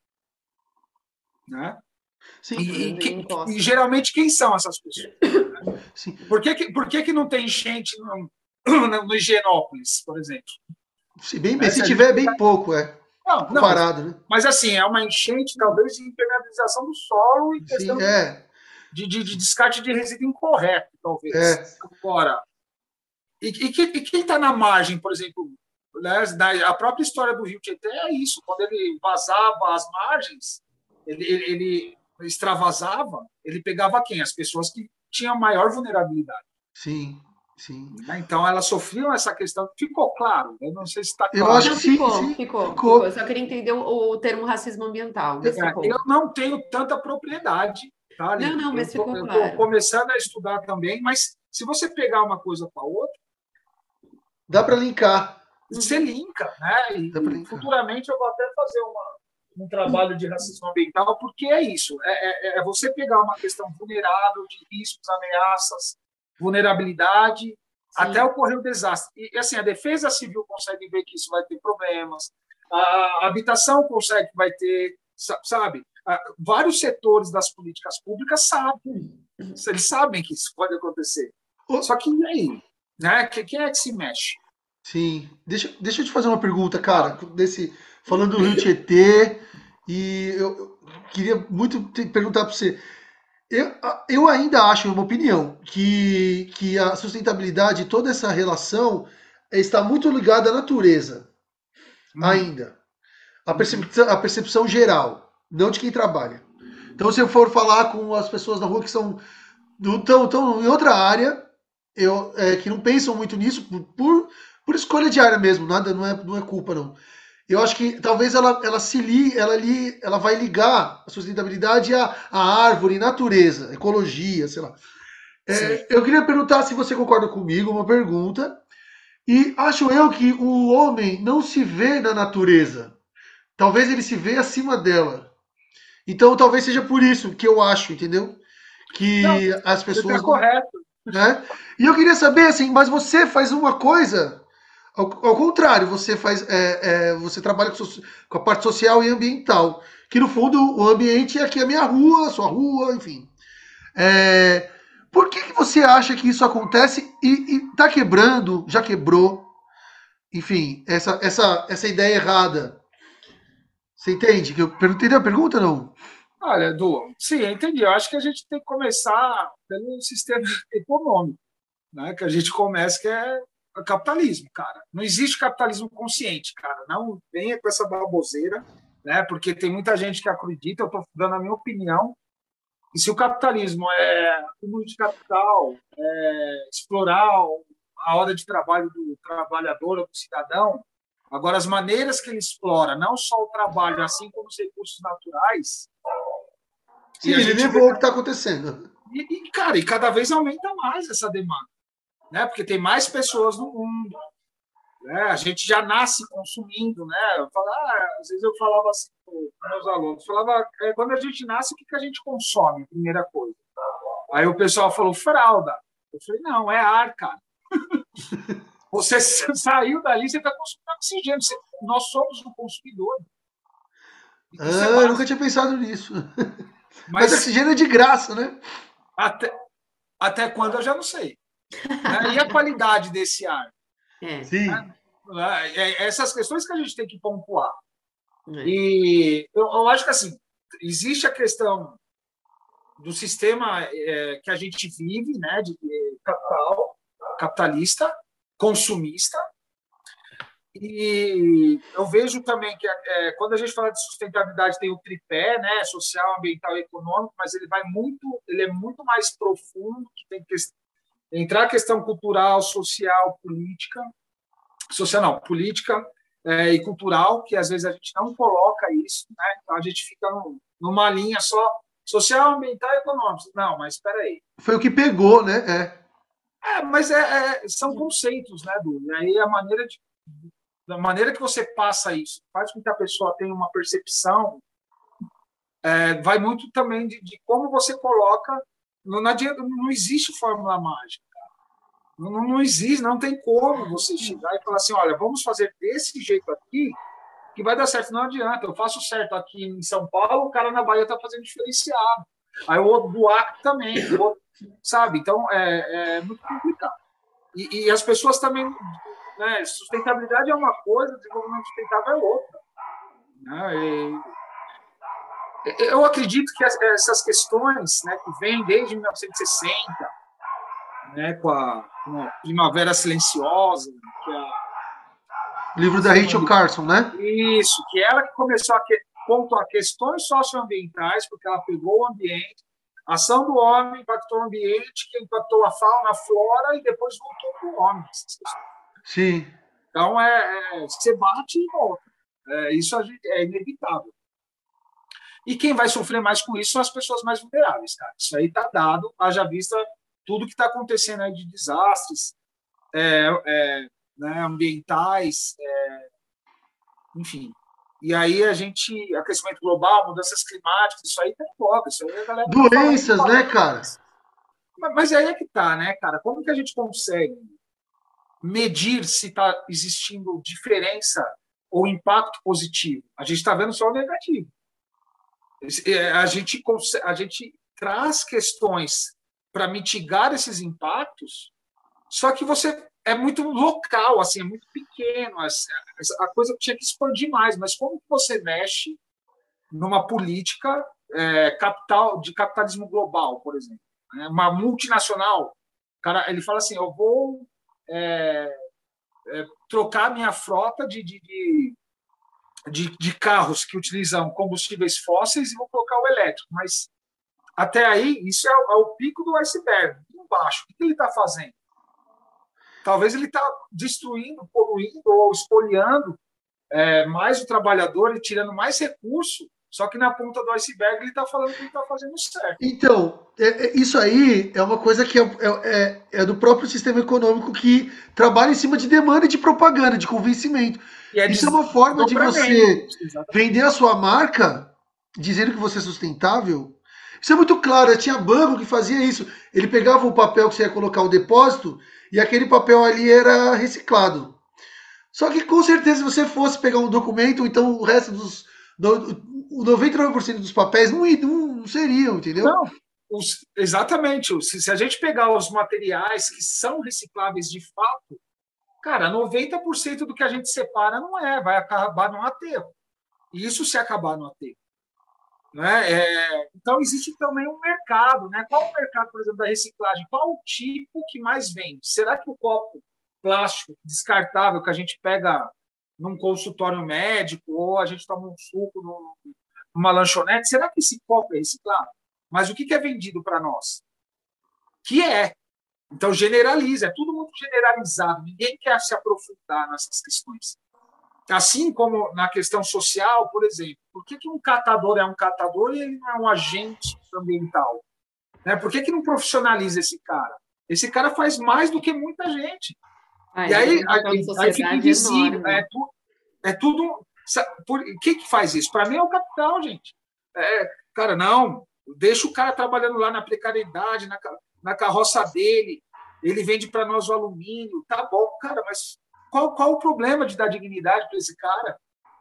Né? Sim. E geralmente quem são essas pessoas? Sim. Por que não tem enchente no Higienópolis, por exemplo? Se tiver, bem pouco, Não, parado, né? Mas assim, é uma enchente, talvez, de impermeabilização do solo e questão de descarte de resíduo incorreto, talvez. Agora, e quem está na margem, por exemplo, né, a própria história do Rio Tietê é isso. Quando ele vazava as margens, ele extravasava, ele pegava quem? As pessoas que tinham maior vulnerabilidade. Sim, sim. Então, elas sofriam essa questão. Ficou claro? Eu não sei se está claro. Eu acho que ficou. Eu só queria entender o termo racismo ambiental. Eu não tenho tanta propriedade. Tá, não, mas ficou claro. Eu estou começando a estudar também, mas se você pegar uma coisa com a outra, dá para linkar. Você linka, né? E futuramente eu vou até fazer um trabalho de racismo ambiental, porque é isso. É você pegar uma questão vulnerável de riscos, ameaças, vulnerabilidade, até ocorrer o desastre. E assim, a Defesa Civil consegue ver que isso vai ter problemas, a habitação consegue que vai ter, sabe? Vários setores das políticas públicas sabem. Eles sabem que isso pode acontecer. Só que e aí? Né? Quem é que se mexe? Sim. Deixa eu te fazer uma pergunta, cara. Falando do Rio Tietê, e eu queria muito perguntar para você. Eu ainda acho, é uma opinião, que a sustentabilidade, toda essa relação, está muito ligada à natureza. Ainda. A percepção geral, não de quem trabalha. Então, se eu for falar com as pessoas na rua que estão em outra área, que não pensam muito nisso, por escolha de área mesmo, nada, não é culpa, não. Eu acho que talvez ela vai ligar a sustentabilidade à árvore, natureza, ecologia, sei lá. Sim. Eu queria perguntar se você concorda comigo, uma pergunta. E acho eu que o homem não se vê na natureza. Talvez ele se vê acima dela. Então talvez seja por isso que eu acho, entendeu? Não, Que as você está pessoas não. correto. Né? E eu queria saber, assim, mas você faz uma coisa. Ao contrário, você faz. Você trabalha com a parte social e ambiental. Que no fundo o ambiente é aqui a minha rua, a sua rua, enfim. É, por que você acha que isso acontece e tá quebrando, já quebrou, enfim, essa ideia errada? Você entende? Que eu perguntei a pergunta, não? Olha, Edu, sim, eu entendi. Eu acho que a gente tem que começar pelo sistema econômico, né? Que a gente começa, que é o capitalismo, cara. Não existe capitalismo consciente, cara. Não venha com essa baboseira, né? Porque tem muita gente que acredita, eu estou dando a minha opinião, e se o capitalismo é acúmulo de capital, explorar a hora de trabalho do trabalhador ou do cidadão, agora as maneiras que ele explora, não só o trabalho, assim como os recursos naturais, Sim, e a ele gente vê, levou o que está acontecendo. cara, e cada vez aumenta mais essa demanda, né? Porque tem mais pessoas no mundo, né? A gente já nasce consumindo, né? Às vezes eu falava assim com meus alunos, falava, quando a gente nasce, o que a gente consome? Primeira coisa. Aí o pessoal falou fralda. Eu falei, não, é ar, cara. Você saiu dali, você está consumindo oxigênio. Nós somos um consumidor. Isso é Ah, eu nunca básico. tinha pensado nisso. Mas Mas oxigênio é de graça, né? até, até quando eu já não sei. Né? E a qualidade desse ar? É, Sim. Essas questões que a gente tem que pontuar. é. E eu acho que assim, existe a questão do sistema que a gente vive, né, de capitalista, consumista. E eu vejo também que quando a gente fala de sustentabilidade tem o tripé, né, social, ambiental e econômico, mas ele é muito mais profundo, tem que entrar a questão cultural, social, política, social não, política e cultural, que às vezes a gente não coloca isso, né? Então a gente fica numa linha só social, ambiental e econômico. Não, mas espera aí. Foi o que pegou, né? É. Mas são conceitos, né, Du? E aí da maneira que você passa isso, faz com que a pessoa tenha uma percepção, vai muito também de como você coloca. Não, não existe fórmula mágica. Não existe, não tem como você chegar e falar assim, olha, vamos fazer desse jeito aqui que vai dar certo. Não adianta, eu faço certo aqui em São Paulo, o cara na Bahia está fazendo diferenciado. Aí o outro do Acre também, o outro, sabe? Então, é muito complicado. E as pessoas também, né, sustentabilidade é uma coisa, desenvolvimento sustentável é outra. Né? Eu acredito que essas questões, né, que vêm desde 1960, né, com a Primavera Silenciosa, que Livro da Fernanda, Rachel Carson, né? isso, que ela que começou a pontuar questões socioambientais, porque ela pegou o ambiente, a ação do homem impactou o ambiente, que impactou a fauna, a flora, e depois voltou para o homem. Sim. Então, você bate e volta. Isso é inevitável. E quem vai sofrer mais com isso são as pessoas mais vulneráveis, cara. Isso aí está dado, haja vista tudo que está acontecendo aí de desastres né, ambientais, enfim. E aí aquecimento global, mudanças climáticas, isso aí tá em voga, isso aí a galera tá falando em Doenças, né, cara? palestras. Mas aí é que tá, né, cara? Como que a gente consegue medir se está existindo diferença ou impacto positivo? A gente está vendo só o negativo. A gente traz questões para mitigar esses impactos, só que você é muito local, assim, é muito pequeno. A coisa tinha que expandir mais. Mas como que você mexe numa política de capitalismo global, por exemplo? Uma multinacional, cara, ele fala assim: eu vou trocar minha frota de carros que utilizam combustíveis fósseis e vou colocar o elétrico. Mas até aí, isso é o pico do iceberg. Embaixo, o que ele está fazendo? Talvez ele está destruindo, poluindo ou espoliando mais o trabalhador e tirando mais recurso, só que na ponta do iceberg ele está falando que ele está fazendo certo. Então, isso aí é uma coisa que é do próprio sistema econômico que trabalha em cima de demanda e de propaganda, de convencimento. Isso é uma forma de você vender a sua marca, dizendo que você é sustentável. Isso é muito claro. Tinha banco que fazia isso. Ele pegava o papel que você ia colocar o depósito e aquele papel ali era reciclado. Só que com certeza, se você fosse pegar um documento, então o resto dos. O 99% dos papéis não seriam, entendeu? Não, exatamente. Se a gente pegar os materiais que são recicláveis de fato, cara, 90% do que a gente separa não vai acabar no aterro. E isso se acabar no aterro. Né? Então, existe também um mercado. Né? Qual o mercado, por exemplo, da reciclagem? Qual o tipo que mais vende? Será que o copo plástico descartável que a gente pega num consultório médico ou a gente toma um suco numa lanchonete, será que esse copo é reciclável? Mas o que é vendido para nós? Que é. Então, generaliza. É tudo muito generalizado. Ninguém quer se aprofundar nessas questões. Assim como na questão social, por exemplo, por que um catador é um catador e ele não é um agente ambiental? Né? Por que não profissionaliza esse cara? Esse cara faz mais do que muita gente. E aí fica invisível. É tudo. Quem que faz isso? Para mim é o capital, gente. Cara, não. Deixa o cara trabalhando lá na precariedade, na carroça dele. Ele vende para nós o alumínio. Tá bom, cara, mas qual o problema de dar dignidade para esse cara?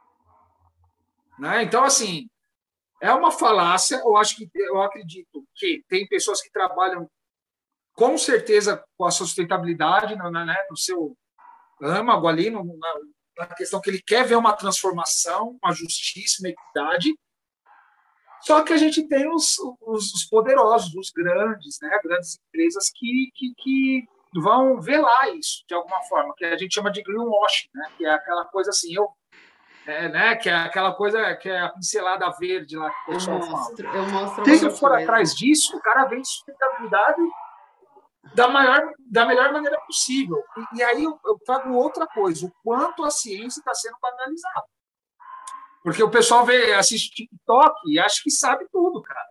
Né? Então, assim, é uma falácia. Eu acredito que tem pessoas que trabalham com certeza com a sustentabilidade no seu âmago ali, na questão que ele quer ver uma transformação, uma justiça, uma equidade. Só que a gente tem os poderosos, os grandes, né? Grandes empresas que vão velar isso de alguma forma, que a gente chama de greenwashing, né? Que é aquela coisa assim, né? Que é aquela coisa que é a pincelada verde lá que o pessoal fala. Se você for atrás disso, o cara vende sustentabilidade da melhor maneira possível. E aí eu trago outra coisa, o quanto a ciência está sendo banalizada. Porque o pessoal assiste TikTok e acha que sabe tudo, cara.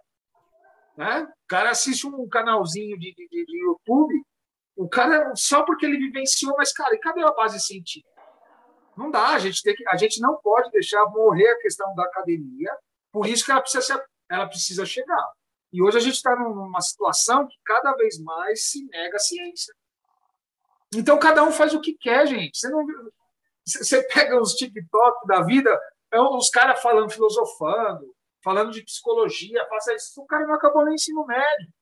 Né? O cara assiste um canalzinho de YouTube, o cara, só porque ele vivenciou, mas, cara, e cadê a base científica? Não dá, a gente não pode deixar morrer a questão da academia, por isso que ela precisa chegar. E hoje a gente está numa situação que cada vez mais se nega a ciência. Então, cada um faz o que quer, gente. Você pega os TikTok da vida, os caras falando, filosofando, falando de psicologia, faça isso. O cara não acabou nem ensino médio.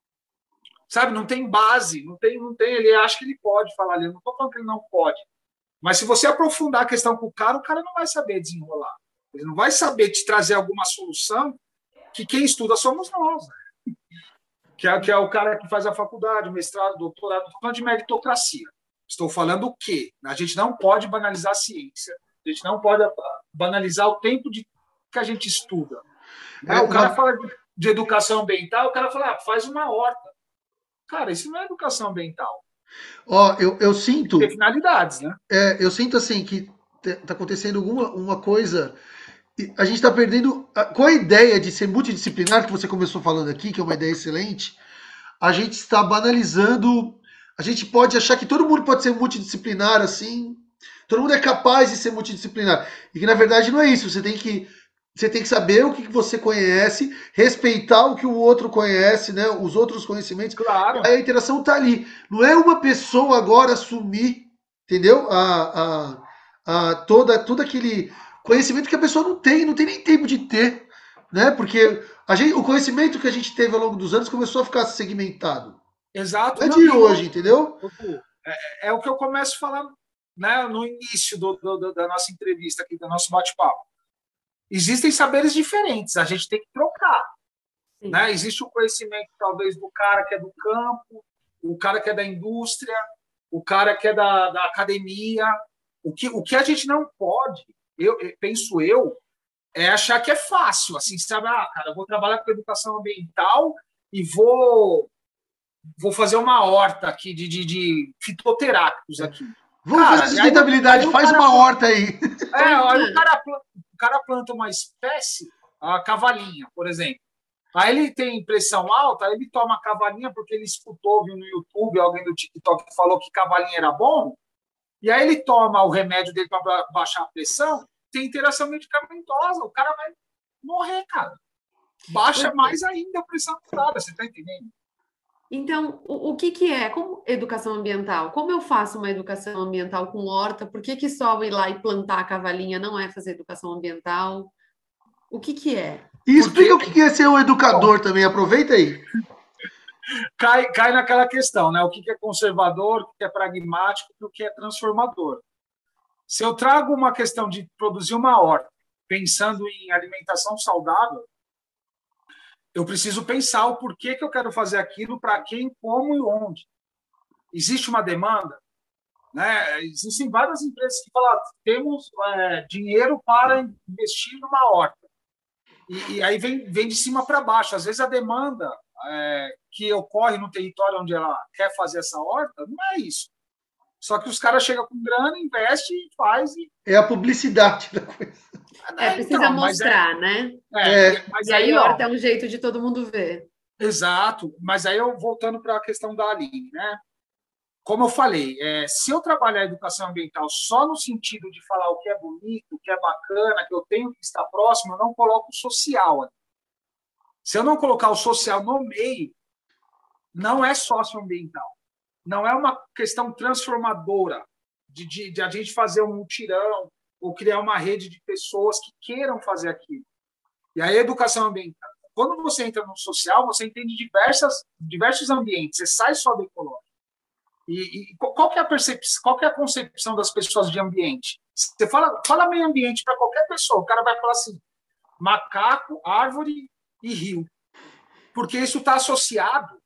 Sabe? Não tem base, não tem. Ele acha que ele pode falar ali. Eu não estou falando que ele não pode. Mas se você aprofundar a questão com o cara não vai saber desenrolar. Ele não vai saber te trazer alguma solução que quem estuda somos nós. Né? Que é o cara que faz a faculdade, mestrado, doutorado. Não estou falando de meritocracia. Estou falando o quê? A gente não pode banalizar a ciência. A gente não pode banalizar o tempo que a gente estuda. O cara fala de educação ambiental, o cara fala, faz uma horta. Cara, isso não é educação ambiental. Eu sinto... Tem finalidades, né? Eu sinto assim que está acontecendo uma coisa... A gente está perdendo... Com a ideia de ser multidisciplinar, que você começou falando aqui, que é uma ideia excelente, a gente está banalizando... A gente pode achar que todo mundo pode ser multidisciplinar, assim... Todo mundo é capaz de ser multidisciplinar. E que, na verdade, não é isso. Você tem que saber o que você conhece, respeitar o que o outro conhece, né? Os outros conhecimentos. Claro. Aí a interação está ali. Não é uma pessoa agora assumir, entendeu? Todo aquele conhecimento que a pessoa não tem nem tempo de ter, né? Porque o conhecimento que a gente teve ao longo dos anos começou a ficar segmentado. Exato. Não é de hoje, entendeu? É o que eu começo falando, né, no início da nossa entrevista aqui, do nosso bate-papo. Existem saberes diferentes, a gente tem que trocar. Né? Existe o conhecimento, talvez, do cara que é do campo, o cara que é da indústria, o cara que é da academia. O que a gente não pode, penso eu, é achar que é fácil. Assim, sabe, cara, eu vou trabalhar com educação ambiental e vou fazer uma horta aqui de fitoterápicos aqui. Vamos fazer sustentabilidade, faz uma horta aí. Aí o cara planta uma espécie, a cavalinha, por exemplo. Aí ele tem pressão alta, aí ele toma cavalinha porque ele escutou, viu no YouTube, alguém do TikTok falou que cavalinha era bom, e aí ele toma o remédio dele para baixar a pressão, tem interação medicamentosa, o cara vai morrer, cara. Baixa mais ainda a pressão arterial, você está entendendo? Então, o que que é? Como educação ambiental? Como eu faço uma educação ambiental com horta? Por que que só ir lá e plantar a cavalinha não é fazer educação ambiental? O que que é? E explica o que é ser um educador também, aproveita aí. Cai naquela questão, né? O que é conservador, o que é pragmático e o que é transformador. Se eu trago uma questão de produzir uma horta, pensando em alimentação saudável, eu preciso pensar o porquê que eu quero fazer aquilo, para quem, como e onde. Existe uma demanda, né? Existem várias empresas que falam, temos dinheiro para investir numa horta. E aí vem de cima para baixo. Às vezes a demanda que ocorre no território onde ela quer fazer essa horta não é isso. Só que os caras chegam com grana, investem e faz. É a publicidade da coisa. Precisa então, mostrar, né? Mas e aí horta é um jeito de todo mundo ver. Exato. Mas aí eu voltando para a questão da Aline, né? Como eu falei, se eu trabalhar a educação ambiental só no sentido de falar o que é bonito, o que é bacana, que eu tenho que estar próximo, eu não coloco o social. Se eu não colocar o social no meio, não é socioambiental. Não é uma questão transformadora de a gente fazer um mutirão ou criar uma rede de pessoas que queiram fazer aquilo. E aí a educação ambiental, quando você entra no social, você entende diversos ambientes, você sai só do ecológico. E qual que é a percepção, qual que é a concepção das pessoas de ambiente? Você fala meio ambiente para qualquer pessoa, o cara vai falar assim, macaco, árvore e rio. Porque isso está associado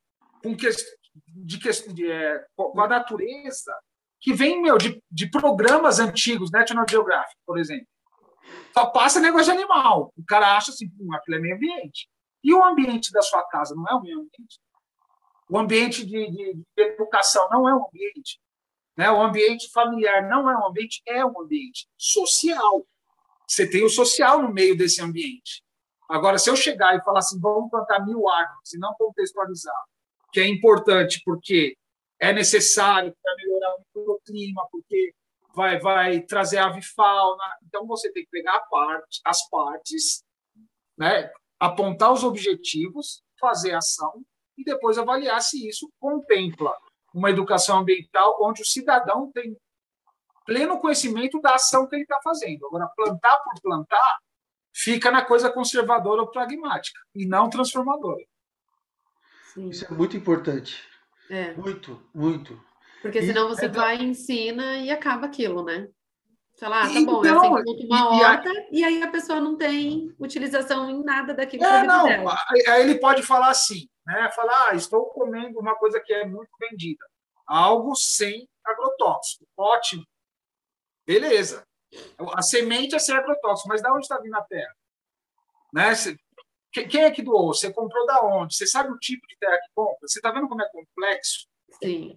com a natureza que vem de programas antigos, National Geographic, por exemplo. Só passa negócio de animal. O cara acha assim, aquilo é meio ambiente. E o ambiente da sua casa não é o meio ambiente? O ambiente de educação não é um ambiente. Né? O ambiente familiar não é um ambiente, é um ambiente social. Você tem o social no meio desse ambiente. Agora, se eu chegar e falar assim, vamos plantar 1000 árvores, e não contextualizar, que é importante porque é necessário para melhorar o microclima, porque vai trazer avifauna. Então, você tem que pegar as partes, né? Apontar os objetivos, fazer ação, e depois avaliar se isso contempla uma educação ambiental onde o cidadão tem pleno conhecimento da ação que ele está fazendo. Agora, plantar por plantar fica na coisa conservadora ou pragmática, e não transformadora. Sim. Isso é muito importante. Muito, muito. Porque senão você vai, ensina e acaba aquilo, né? Sei lá, tá bom, então, eu sei que uma horta, e aí a pessoa não tem utilização em nada daquilo para a vida dela. Aí ele pode falar assim, né? Falar, estou comendo uma coisa que é muito vendida. Algo sem agrotóxico. Ótimo. Beleza. A semente é sem agrotóxico, mas de onde está vindo a terra? Né? Quem é que doou? Você comprou da onde? Você sabe o tipo de terra que compra? Você está vendo como é complexo? Sim.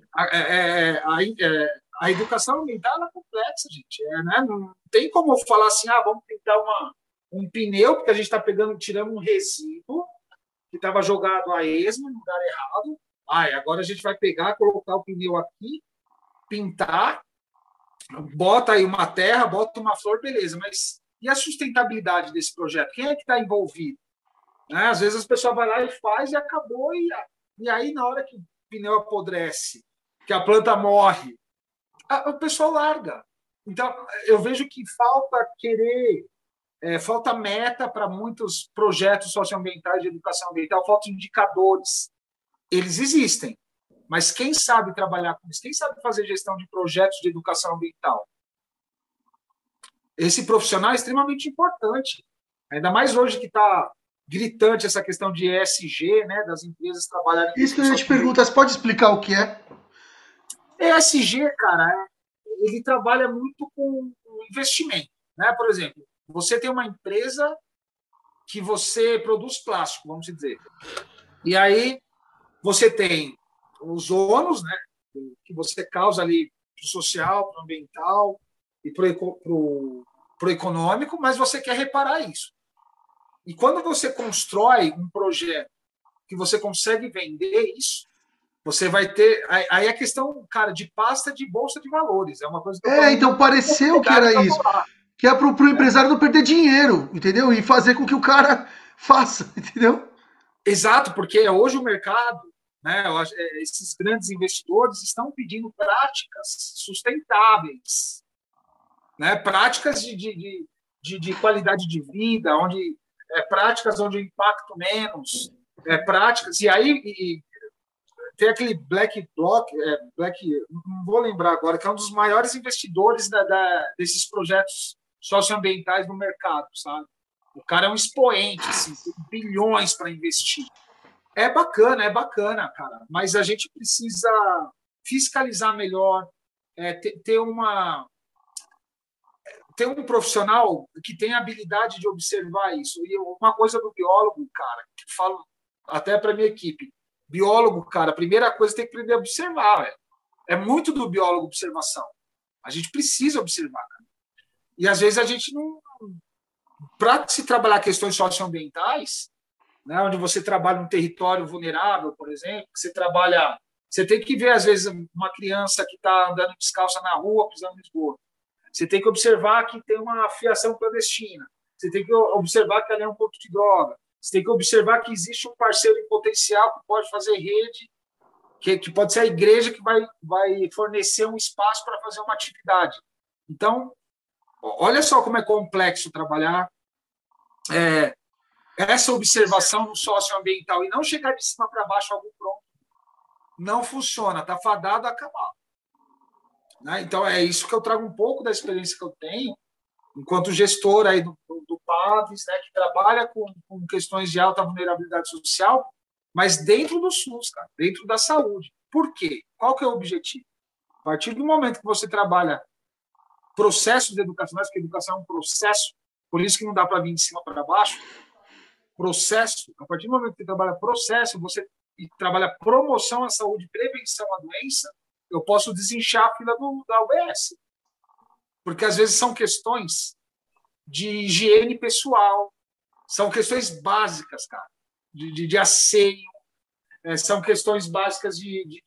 A educação ambiental é complexa, gente. Né? Não tem como eu falar assim, vamos pintar um pneu, porque a gente está tirando um resíduo que estava jogado a esmo no lugar errado. Agora a gente vai pegar, colocar o pneu aqui, pintar, bota aí uma terra, bota uma flor, beleza. Mas e a sustentabilidade desse projeto? Quem é que está envolvido? Né? Às vezes as pessoas vão lá e faz e acabou. E aí, na hora que o pneu apodrece, que a planta morre, o pessoal larga. Então, eu vejo que falta falta meta para muitos projetos socioambientais de educação ambiental, falta indicadores. Eles existem, mas quem sabe trabalhar com isso? Quem sabe fazer gestão de projetos de educação ambiental? Esse profissional é extremamente importante, ainda mais hoje que está gritante essa questão de ESG, né, das empresas trabalharem... Isso que eu ia te perguntar, você pode explicar o que é? ESG, cara, ele trabalha muito com investimento, né? Por exemplo, você tem uma empresa que você produz plástico, vamos dizer. E aí você tem os ônus, né, que você causa ali o social, para o ambiental e para o econômico, mas você quer reparar isso. E quando você constrói um projeto que você consegue vender isso, você vai ter... Aí a questão, cara, de pasta de bolsa de valores. É uma coisa que eu tomo Então muita pareceu que cuidado era para isso. falar. Que é pro empresário não perder dinheiro, entendeu? E fazer com que o cara faça, entendeu? Exato, porque hoje o mercado, né, esses grandes investidores estão pedindo práticas sustentáveis, né, práticas de qualidade de vida, práticas onde eu impacto menos, práticas. E aí tem aquele não vou lembrar agora, que é um dos maiores investidores desses projetos socioambientais no mercado, sabe? O cara é um expoente, assim, tem bilhões para investir. É bacana, cara, mas a gente precisa fiscalizar melhor, ter um profissional que tenha habilidade de observar isso. E uma coisa do biólogo, cara, que eu falo até para minha equipe, biólogo, cara, a primeira coisa tem que aprender a observar, velho. É muito do biólogo observação. A gente precisa observar, cara. E às vezes a gente não... Para se trabalhar questões socioambientais, né, onde você trabalha um território vulnerável, por exemplo, você tem que ver, às vezes, uma criança que está andando descalça na rua, pisando no esgoto. Você tem que observar que tem uma fiação clandestina. Você tem que observar que ali é um ponto de droga. Você tem que observar que existe um parceiro em potencial que pode fazer rede, que pode ser a igreja que vai fornecer um espaço para fazer uma atividade. Então, olha só como é complexo trabalhar essa observação no socioambiental e não chegar de cima para baixo algo pronto. Não funciona, está fadado a acabar. Né? Então, é isso que eu trago um pouco da experiência que eu tenho enquanto gestor aí do PAVES, né, que trabalha com questões de alta vulnerabilidade social, mas dentro do SUS, cara, dentro da saúde. Por quê? Qual que é o objetivo? A partir do momento que você trabalha processos educacionais, porque a educação é um processo, por isso que não dá para vir de cima para baixo, processo, a partir do momento que você trabalha processo, você trabalha promoção à saúde, prevenção à doença, eu posso desinchar a fila da UBS. Porque, às vezes, são questões de higiene pessoal, são questões básicas, cara, de asseio, são questões básicas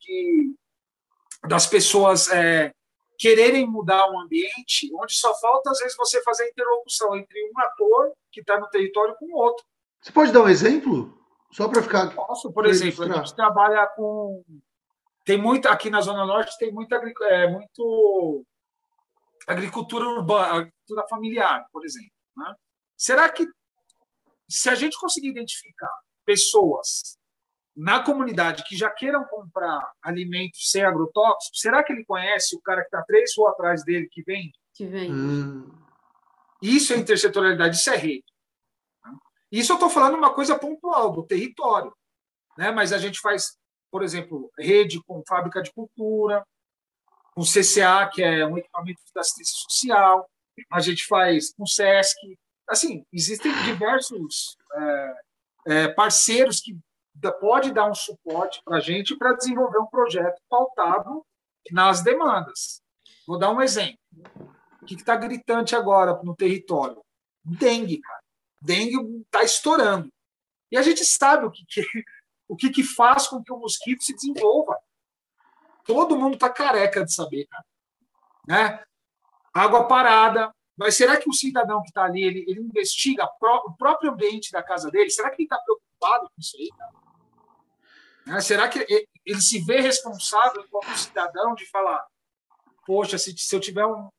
das pessoas quererem mudar um ambiente onde só falta, às vezes, você fazer a interlocução entre um ator que está no território com o outro. Você pode dar um exemplo? Só para ficar... Posso, por exemplo, ilustrar. A gente trabalha com... Tem muito, aqui na Zona Norte, tem muito agricultura urbana, agricultura familiar, por exemplo. Né? Será que, se a gente conseguir identificar pessoas na comunidade que já queiram comprar alimentos sem agrotóxicos, será que ele conhece o cara que está 3 ruas atrás dele que vende? Isso é intersetorialidade, isso é rede. Isso eu estou falando uma coisa pontual do território. Né? Mas a gente faz, por exemplo, rede com fábrica de cultura, com CCA, que é um equipamento de assistência social, a gente faz com SESC. Assim, existem diversos parceiros que podem dar um suporte para a gente para desenvolver um projeto pautado nas demandas. Vou dar um exemplo. O que está gritante agora no território? Dengue, cara. Dengue está estourando. E a gente sabe o que faz com que o mosquito se desenvolva. Todo mundo está careca de saber, cara. Né? Água parada. Mas será que o cidadão que está ali, ele investiga o próprio ambiente da casa dele? Será que ele está preocupado com isso aí, cara? Né? Será que ele se vê responsável como cidadão de falar, poxa, se eu tiver um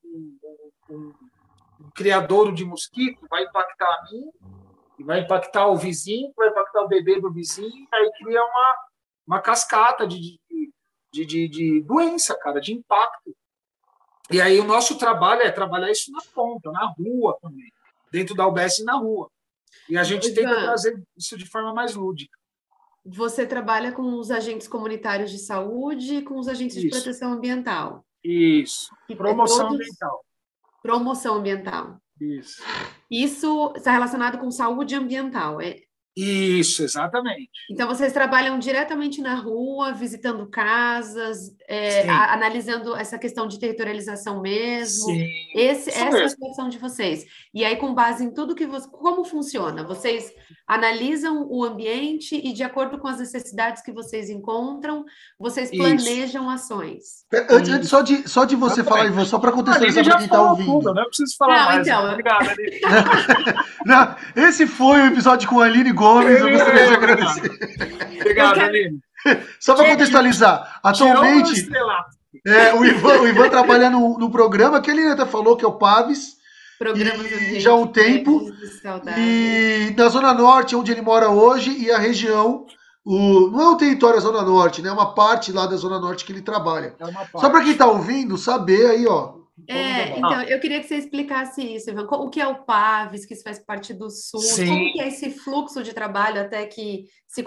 criadouro de mosquito, vai impactar a mim, vai impactar o vizinho, vai impactar o bebê do vizinho, aí cria uma cascata de doença, cara, de impacto. E aí o nosso trabalho é trabalhar isso na ponta, na rua também, dentro da UBS e na rua. E a gente tenta trazer isso de forma mais lúdica. Você trabalha com os agentes comunitários de saúde e com os agentes de proteção ambiental. Isso. Promoção ambiental. Promoção ambiental. Isso. Isso está relacionado com saúde ambiental. Isso, exatamente. Então, vocês trabalham diretamente na rua, visitando casas, Sim, analisando essa questão de territorialização mesmo. sim, isso Essa é a mesmo. atuação de vocês. E aí, com base em tudo que você... Como funciona? Vocês analisam o ambiente e, de acordo com as necessidades que vocês encontram, vocês Isso, planejam ações. Antes isso, só de você falar, exatamente. Ivan, só para A Aline contextualizar para já quem está falou tudo, ouvindo. não preciso falar Não, mais. então, Obrigado, Aline. Não, esse foi o episódio com a Aline Gomes, eu gostaria de Obrigado, agradecer. eu obrigado, quero... Aline. Só para contextualizar, Tirou o meu atualmente estrelato. o Ivan trabalha no programa que ele até falou, que é o Paves, Programas e já há um ambientes tempo, leves e saudáveis. e na Zona Norte, onde ele mora hoje, e a região, não é o território da Zona Norte, né? É uma parte lá da Zona Norte que ele trabalha. É uma Só para quem parte. está ouvindo, saber aí, ó. Então, eu queria que você explicasse isso, Ivan. O que é o PAVES, que isso faz parte do SUS? Como que Sim, é esse fluxo de trabalho até que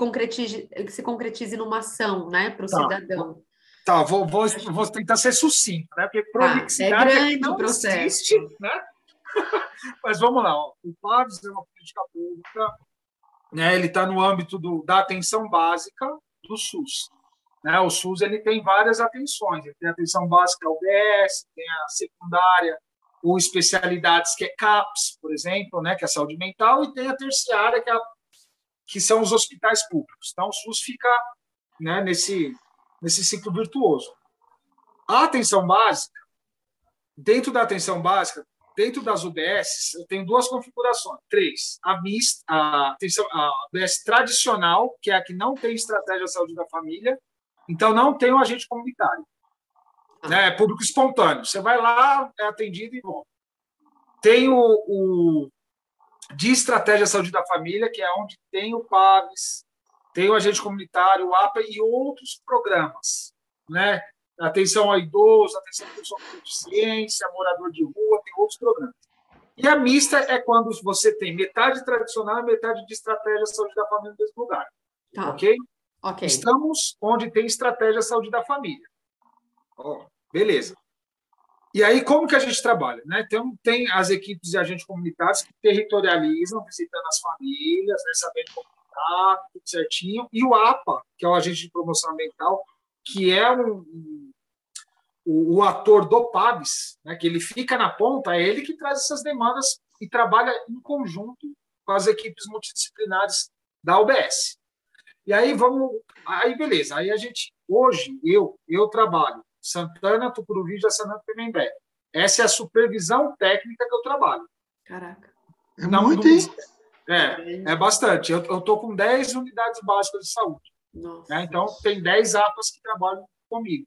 se concretize numa ação, né, para o tá. cidadão? Tá, vou tentar ser sucinto, né? Porque Tá, é prolixidade aqui grande o não processo. existe, né? Mas vamos lá, ó. O PAVS é uma política pública, né? Ele está no âmbito da atenção básica do SUS. Né? O SUS ele tem várias atenções. Ele tem a atenção básica UBS, tem a secundária, ou especialidades que é CAPS, por exemplo, né? Que é a saúde mental, e tem a terciária, que são os hospitais públicos. Então, o SUS fica, né, nesse ciclo virtuoso. A atenção básica, dentro da atenção básica, dentro das UBS, eu tenho duas configurações, três. A UBS tradicional, que é a que não tem estratégia de saúde da família, então não tem um agente comunitário. Né? É público espontâneo. Você vai lá, é atendido e volta. Tem o de estratégia de saúde da família, que é onde tem o PAVES, tem o agente comunitário, o APA e outros programas. Né? Atenção ao idoso, atenção à pessoa com deficiência, morador de rua, tem outros programas. E a mista é quando você tem metade tradicional e metade de estratégia de saúde da família no mesmo lugar. Tá. Ok? Ok. Estamos onde tem estratégia de saúde da família. Oh, beleza. E aí, como que a gente trabalha? Né? Tem as equipes de agentes comunitários que territorializam, visitando as famílias, né, sabendo como está, tudo certinho. E o APA, que é o agente de promoção ambiental, que é o ator do PABS, né, que ele fica na ponta, é ele que traz essas demandas e trabalha em conjunto com as equipes multidisciplinares da UBS. E aí beleza. Aí a gente, hoje, eu trabalho Santana, Tucuruvi, Jaçanã, Tremembé. Essa é a supervisão técnica que eu trabalho. Caraca. É muito, hein? É bastante. Eu estou com 10 unidades básicas de saúde. Né? Então, tem 10 APAs que trabalham comigo.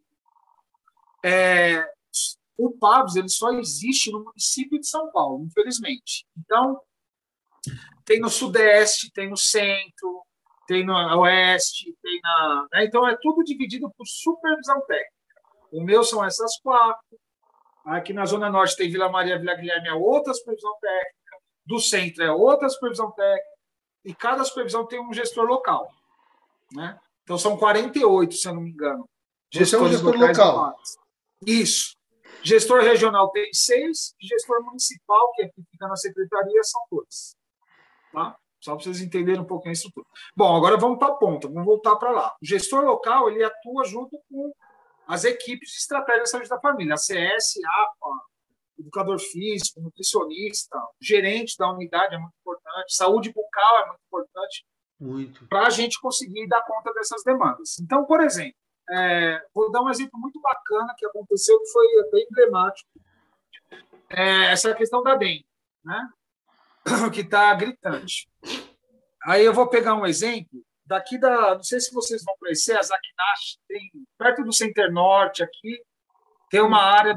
O PAVS ele só existe no município de São Paulo, infelizmente. Então, tem no Sudeste, tem no Centro, tem no Oeste, tem né? Então, é tudo dividido por supervisão técnica. O meu são essas 4. Aqui na Zona Norte tem Vila Maria, Vila Guilherme, é outra supervisão técnica. Do Centro é outra supervisão técnica. E cada supervisão tem um gestor local. Né? Então, são 48, se eu não me engano. Você é um gestor local. Isso. Gestor regional tem 6, e gestor municipal, que fica na secretaria, são 2. Tá? Só para vocês entenderem um pouquinho a estrutura. Bom, agora vamos para a ponta, vamos voltar para lá. O gestor local ele atua junto com as equipes de estratégia de saúde da família, a CS, APA, educador físico, nutricionista, gerente da unidade é muito importante, saúde bucal é muito importante para a gente conseguir dar conta dessas demandas. Então, por exemplo, vou dar um exemplo muito bacana que aconteceu, que foi bem emblemático. Essa questão da dengue, né? Que está gritante. Aí eu vou pegar um exemplo daqui não sei se vocês vão conhecer, a Zakinash, perto do Center Norte aqui, tem uma área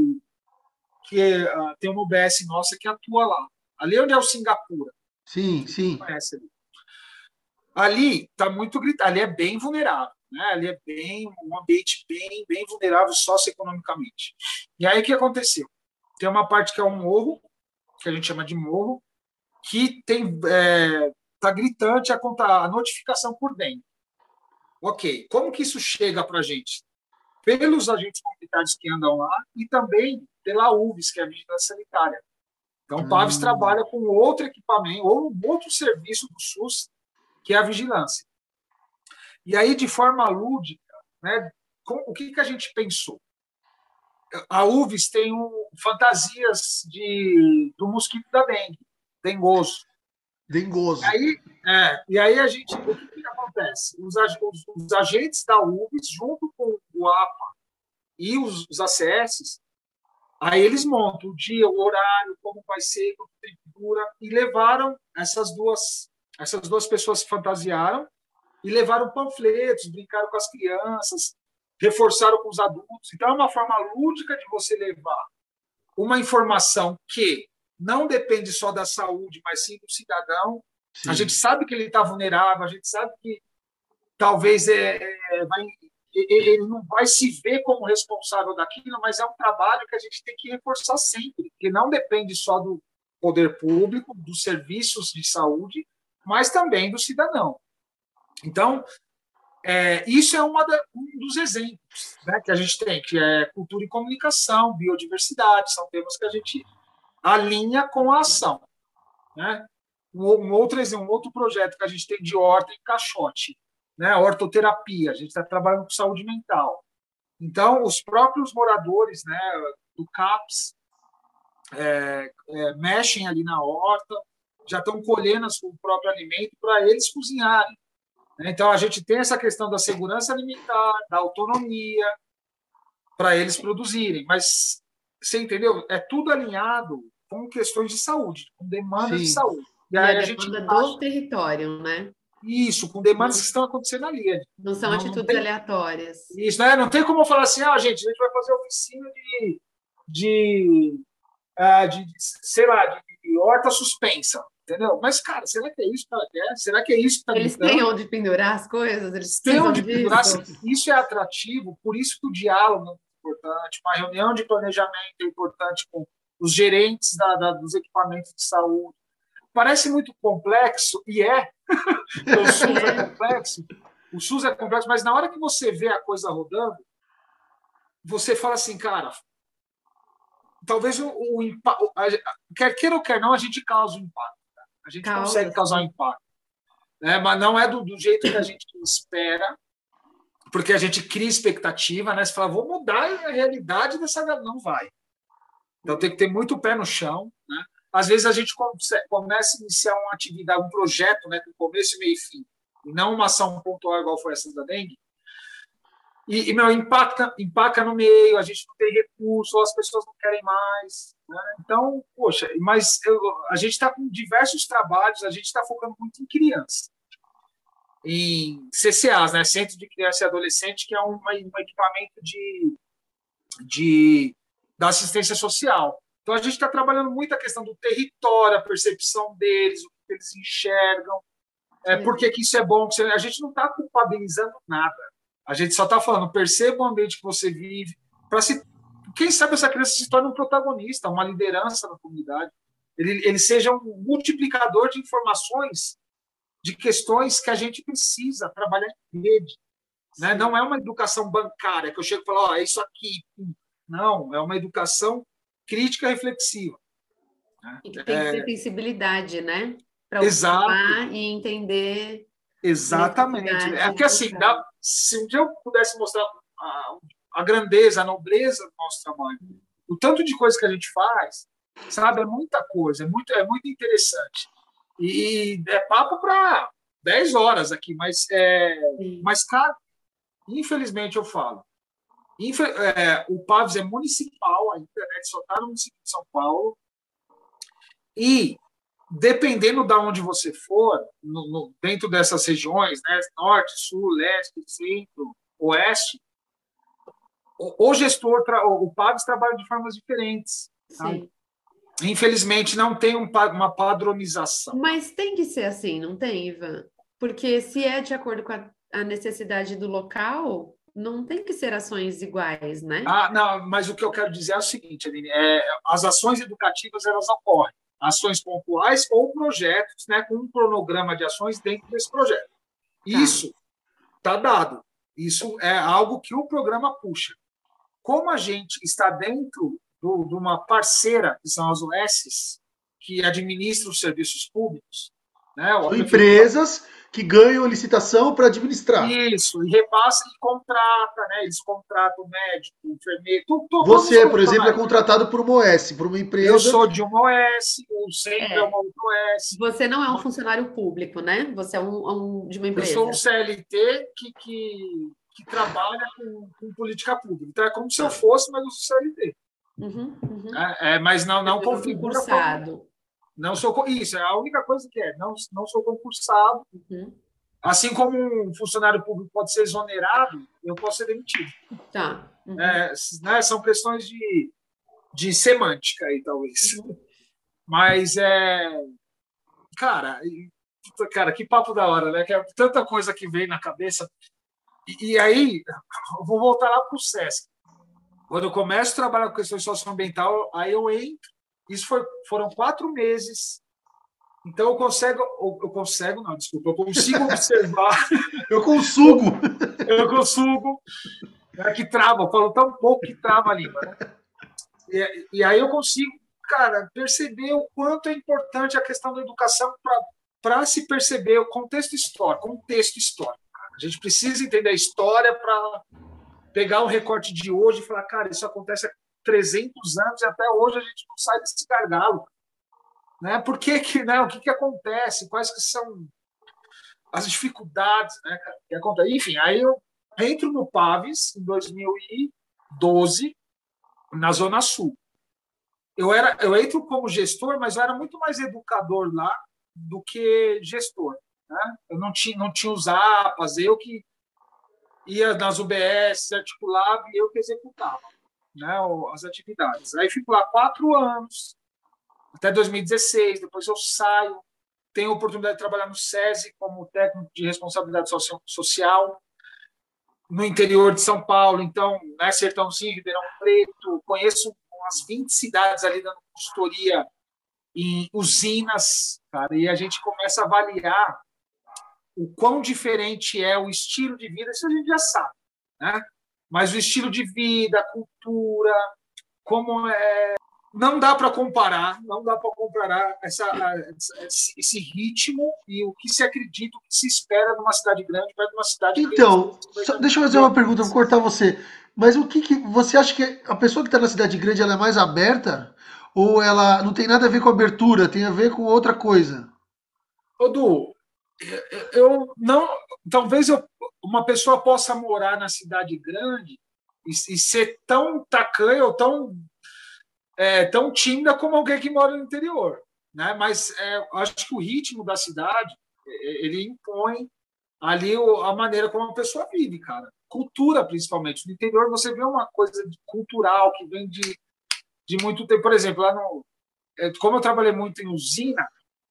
tem uma UBS nossa que atua lá. Ali onde é o Singapura. Sim, sim. Conhece ali. Ali está muito gritado, ali é bem vulnerável. Né? Ali é um ambiente bem vulnerável socioeconomicamente. E aí o que aconteceu? Tem uma parte que é um morro, que a gente chama de morro, que está gritante a notificação por dengue. Ok, como que isso chega para a gente? Pelos agentes comunitários que andam lá e também pela UVS, que é a Vigilância Sanitária. Então, o PAVS trabalha com outro equipamento ou outro serviço do SUS que é a vigilância. E aí, de forma lúdica, né, o que a gente pensou? A UVS tem fantasias do mosquito da dengue, dengoso. Dengoso. E aí o que acontece? Os agentes da UVS, junto com o APA e os ACS, aí eles montam o dia, o horário, como vai ser, a temperatura, e levaram essas duas pessoas se fantasiaram e levaram panfletos, brincaram com as crianças, reforçaram com os adultos. Então, é uma forma lúdica de você levar uma informação que não depende só da saúde, mas sim do cidadão. Sim. A gente sabe que ele está vulnerável, a gente sabe que talvez ele não vai se ver como responsável daquilo, mas é um trabalho que a gente tem que reforçar sempre, que não depende só do poder público, dos serviços de saúde, mas também do cidadão. Então, isso é um dos exemplos, né, que a gente tem, que é cultura e comunicação, biodiversidade, são temas que a gente alinha com a ação. Né? Um outro projeto que a gente tem de horta em Caixote, né, hortoterapia, a gente está trabalhando com saúde mental. Então, os próprios moradores, né, do CAPS mexem ali na horta, já estão colhendo o próprio alimento para eles cozinharem. Então, a gente tem essa questão da segurança alimentar, da autonomia, para eles produzirem. Mas, você entendeu? É tudo alinhado com questões de saúde, com demandas de saúde. E aí a demanda do território, né? Isso, com demandas que estão acontecendo ali. Não são atitudes aleatórias. Isso, né? Não tem como eu falar assim, gente, a gente vai fazer oficina de horta suspensa. Entendeu? Mas, cara, será que é isso que ela quer? Será que é isso que está Eles têm onde pendurar as coisas? Eles têm onde pendurar. Isso é atrativo, por isso que o diálogo é importante, uma reunião de planejamento é importante com os gerentes dos equipamentos de saúde. Parece muito complexo, e é. O SUS é complexo. O SUS é complexo, mas na hora que você vê a coisa rodando, você fala assim, cara, talvez o impacto, quer queira ou quer não, a gente causa um impacto. A gente consegue causar um impacto. Né? Mas não é do jeito que a gente espera, porque a gente cria expectativa, né? Você fala, vou mudar a realidade dessa galera. Não vai. Então tem que ter muito pé no chão. Né? Às vezes a gente começa a iniciar uma atividade, um projeto, né, com começo, meio e fim, e não uma ação pontual igual foi essa da dengue, e impacta no meio, a gente não tem recurso, ou as pessoas não querem mais. Né? Então, poxa, mas a gente está com diversos trabalhos, a gente está focando muito em criança, em CCAs, né? Centro de Criança e Adolescente, que é um equipamento da assistência social. Então, a gente está trabalhando muito a questão do território, a percepção deles, o que eles enxergam, por que isso é bom. A gente não está culpabilizando nada. A gente só está falando, perceba o ambiente que você vive, para quem sabe essa criança se torne um protagonista, uma liderança na comunidade. Ele seja um multiplicador de informações, de questões que a gente precisa trabalhar em rede. Né? Não é uma educação bancária, que eu chego e falo, é isso aqui. Não, é uma educação crítica e reflexiva. E que tem que ter sensibilidade, né? Para observar e entender. Exatamente. É porque, assim, se um dia eu pudesse mostrar a grandeza, a nobreza do nosso trabalho, o tanto de coisa que a gente faz, sabe, é muita coisa, é muito interessante. E é papo para 10 horas aqui, mas, cara, infelizmente eu falo, o PAVS é municipal, a internet só está no município de São Paulo, e dependendo de onde você for, dentro dessas regiões, né, norte, sul, leste, centro, oeste, o gestor, o PAVS trabalha de formas diferentes. Sim. Tá? Infelizmente, não tem uma padronização. Mas tem que ser assim, não tem, Ivan? Porque se é de acordo com a necessidade do local, não tem que ser ações iguais, né? Não, mas o que eu quero dizer é o seguinte, Aline, as ações educativas, elas ocorrem. Ações pontuais ou projetos, né, com um cronograma de ações dentro desse projeto. Isso está dado. Isso é algo que o programa puxa. Como a gente está dentro de uma parceira, que são as USs, que administram os serviços públicos, né, empresas que ganham a licitação para administrar. Isso, e repassa e contrata, né? Eles contratam médico, enfermeiro, todos os Você, por exemplo, é profissionais. contratado por uma OS, por uma Eu empresa. sou de uma OS, o Sandro é É. uma outra OS. Você não é um funcionário público, né? Você é de uma Eu sou um empresa. CLT que trabalha com política pública. Então é como se eu fosse, mas eu sou CLT. Mas não Você é configura como. concursado. Não sou. Isso, é a única coisa que é. Não sou concursado. Assim como um funcionário público pode ser exonerado, eu posso ser demitido. Tá. Né, são questões de semântica aí, talvez. Mas, cara, que papo da hora, né? Que é tanta coisa que vem na cabeça. E aí, eu vou voltar lá para o SESC. Quando eu começo a trabalhar com questões socioambiental, aí eu entro. Isso foram 4 meses. Então, eu consigo observar. Eu consugo. Eu consigo. Que trava, eu falo tão pouco que trava a língua. Né? E aí eu consigo, cara, perceber o quanto é importante a questão da educação para se perceber o contexto histórico. Cara. A gente precisa entender a história para pegar um recorte de hoje e falar, cara, isso acontece há 300 anos e até hoje a gente não sai desse gargalo. Né? Por que, né? O que acontece? Quais que são as dificuldades, né, cara, que acontece? Enfim, aí eu entro no Paves em 2012, na Zona Sul. Eu entro como gestor, mas eu era muito mais educador lá do que gestor. Né? Eu não tinha os APAs, eu que ia nas UBS, articulava e eu que executava, né, as atividades. Aí fico lá 4 anos, até 2016, depois eu saio, tenho a oportunidade de trabalhar no SESI como técnico de responsabilidade social, no interior de São Paulo, então, né, Sertãozinho, Ribeirão Preto, conheço umas 20 cidades ali dando consultoria em usinas, cara, e a gente começa a avaliar o quão diferente é o estilo de vida, isso a gente já sabe, né? Mas o estilo de vida, a cultura, como não dá para comparar esse ritmo e o que se acredita, o que se espera numa cidade grande perto de uma cidade Então, deixa eu fazer uma pergunta, vou cortar você. Mas o que você acha que a pessoa que está na cidade grande ela é mais aberta? Ou ela não tem nada a ver com abertura, tem a ver com outra coisa? Du, eu não. Talvez uma pessoa possa morar na cidade grande e ser tão tacanha ou tão tímida como alguém que mora no interior, né? Mas acho que o ritmo da cidade ele impõe ali a maneira como a pessoa vive, cara. Cultura, principalmente. No interior você vê uma coisa cultural que vem de muito tempo. Por exemplo, lá como eu trabalhei muito em usina,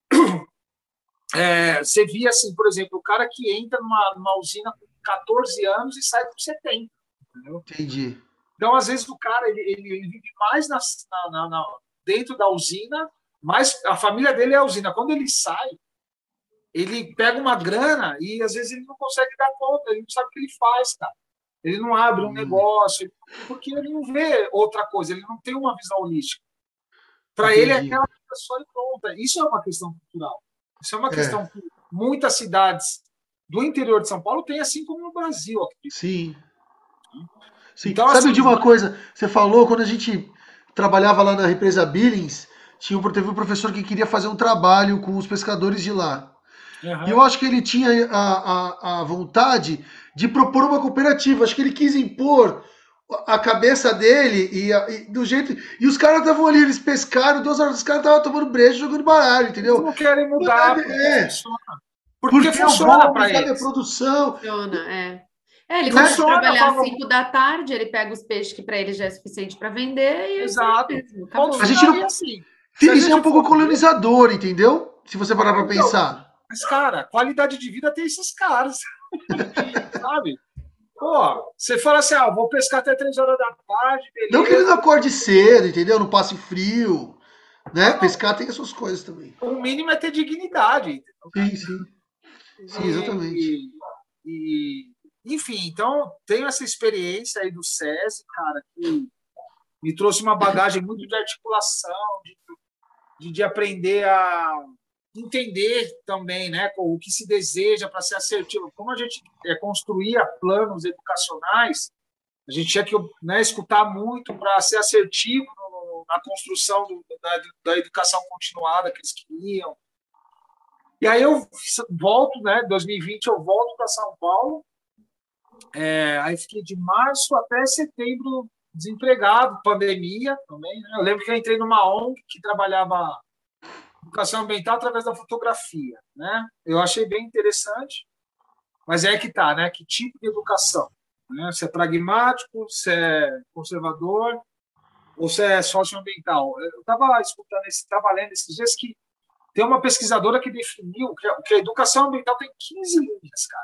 você via, assim, por exemplo, o cara que entra numa usina com 14 anos e sai com 70. Entendeu? Entendi. Então, às vezes, o cara ele vive mais dentro da usina, mas a família dele é a usina. Quando ele sai, ele pega uma grana e, às vezes, ele não consegue dar conta, ele não sabe o que ele faz, cara. Ele não abre um negócio, porque ele não vê outra coisa, ele não tem uma visão holística. Para ele, é aquela pessoa e pronta. Isso é uma questão cultural. Isso é uma questão que muitas cidades do interior de São Paulo têm, assim como no Brasil. Acredito. Sim. Sim. Então, sabe assim, de uma coisa? Você falou, quando a gente trabalhava lá na represa Billings, teve um professor que queria fazer um trabalho com os pescadores de lá. E eu acho que ele tinha a vontade de propor uma cooperativa. Acho que ele quis impor a cabeça dele e do jeito. E os caras estavam ali, eles pescaram, 2 horas, os caras estavam tomando brejo, jogando baralho, entendeu? Eles não querem mudar, porque funciona para sabe, eles. A produção. Funciona, ele começa a trabalhar às 5 da tarde, ele pega os peixes que para ele já é suficiente para vender e exato. A gente não. Assim, isso é um pouco colonizador, entendeu? Se você parar para pensar. Mas, cara, qualidade de vida tem esses caras. Sabe? Pô, você fala assim, vou pescar até 3 horas da tarde, beleza. Não que ele não acorde cedo, entendeu? Não passe frio. Né? Pescar tem as suas coisas também. O mínimo é ter dignidade. Sim, exatamente. Enfim, então, tenho essa experiência aí do SESI, cara, que me trouxe uma bagagem muito de articulação, de aprender a entender também, né, o que se deseja para ser assertivo. Como a gente construía planos educacionais, a gente tinha que, né, escutar muito para ser assertivo na construção da educação continuada que eles queriam. E aí eu volto, né, em 2020 eu volto para São Paulo, aí fiquei de março até setembro desempregado, pandemia também, né? Eu lembro que eu entrei numa ONG que trabalhava educação ambiental através da fotografia, né? Eu achei bem interessante, mas é que tá, né? Que tipo de educação, né? Se é pragmático, se é conservador ou se é socioambiental. Eu estava escutando, estava lendo esses dias que tem uma pesquisadora que definiu que a educação ambiental tem 15 linhas, cara.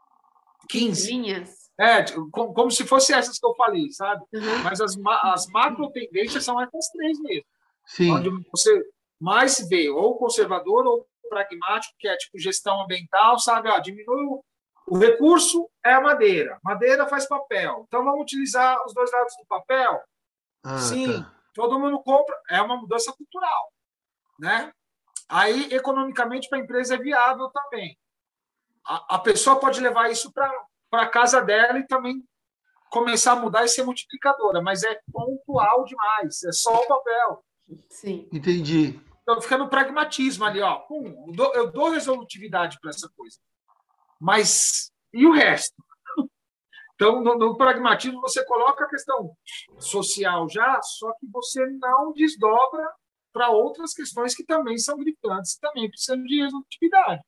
15 linhas? Como se fosse essas que eu falei, sabe? Uhum. Mas as macro tendências são essas três mesmo. Sim. Onde você mais se vê ou conservador ou pragmático, que é tipo gestão ambiental, sabe? Diminui o recurso, é a madeira. Madeira faz papel. Então vamos utilizar os dois lados do papel? Sim. Tá. Todo mundo compra. É uma mudança cultural, né? Aí, economicamente, para a empresa é viável também. A pessoa pode levar isso para a casa dela e também começar a mudar e ser multiplicadora, mas é pontual demais, é só o papel. Sim. Entendi. Então, fica no pragmatismo ali, ó. Eu dou resolutividade para essa coisa. Mas e o resto? Então, no pragmatismo, você coloca a questão social já, só que você não desdobra para outras questões que também são gritantes, também precisam de resolutividade.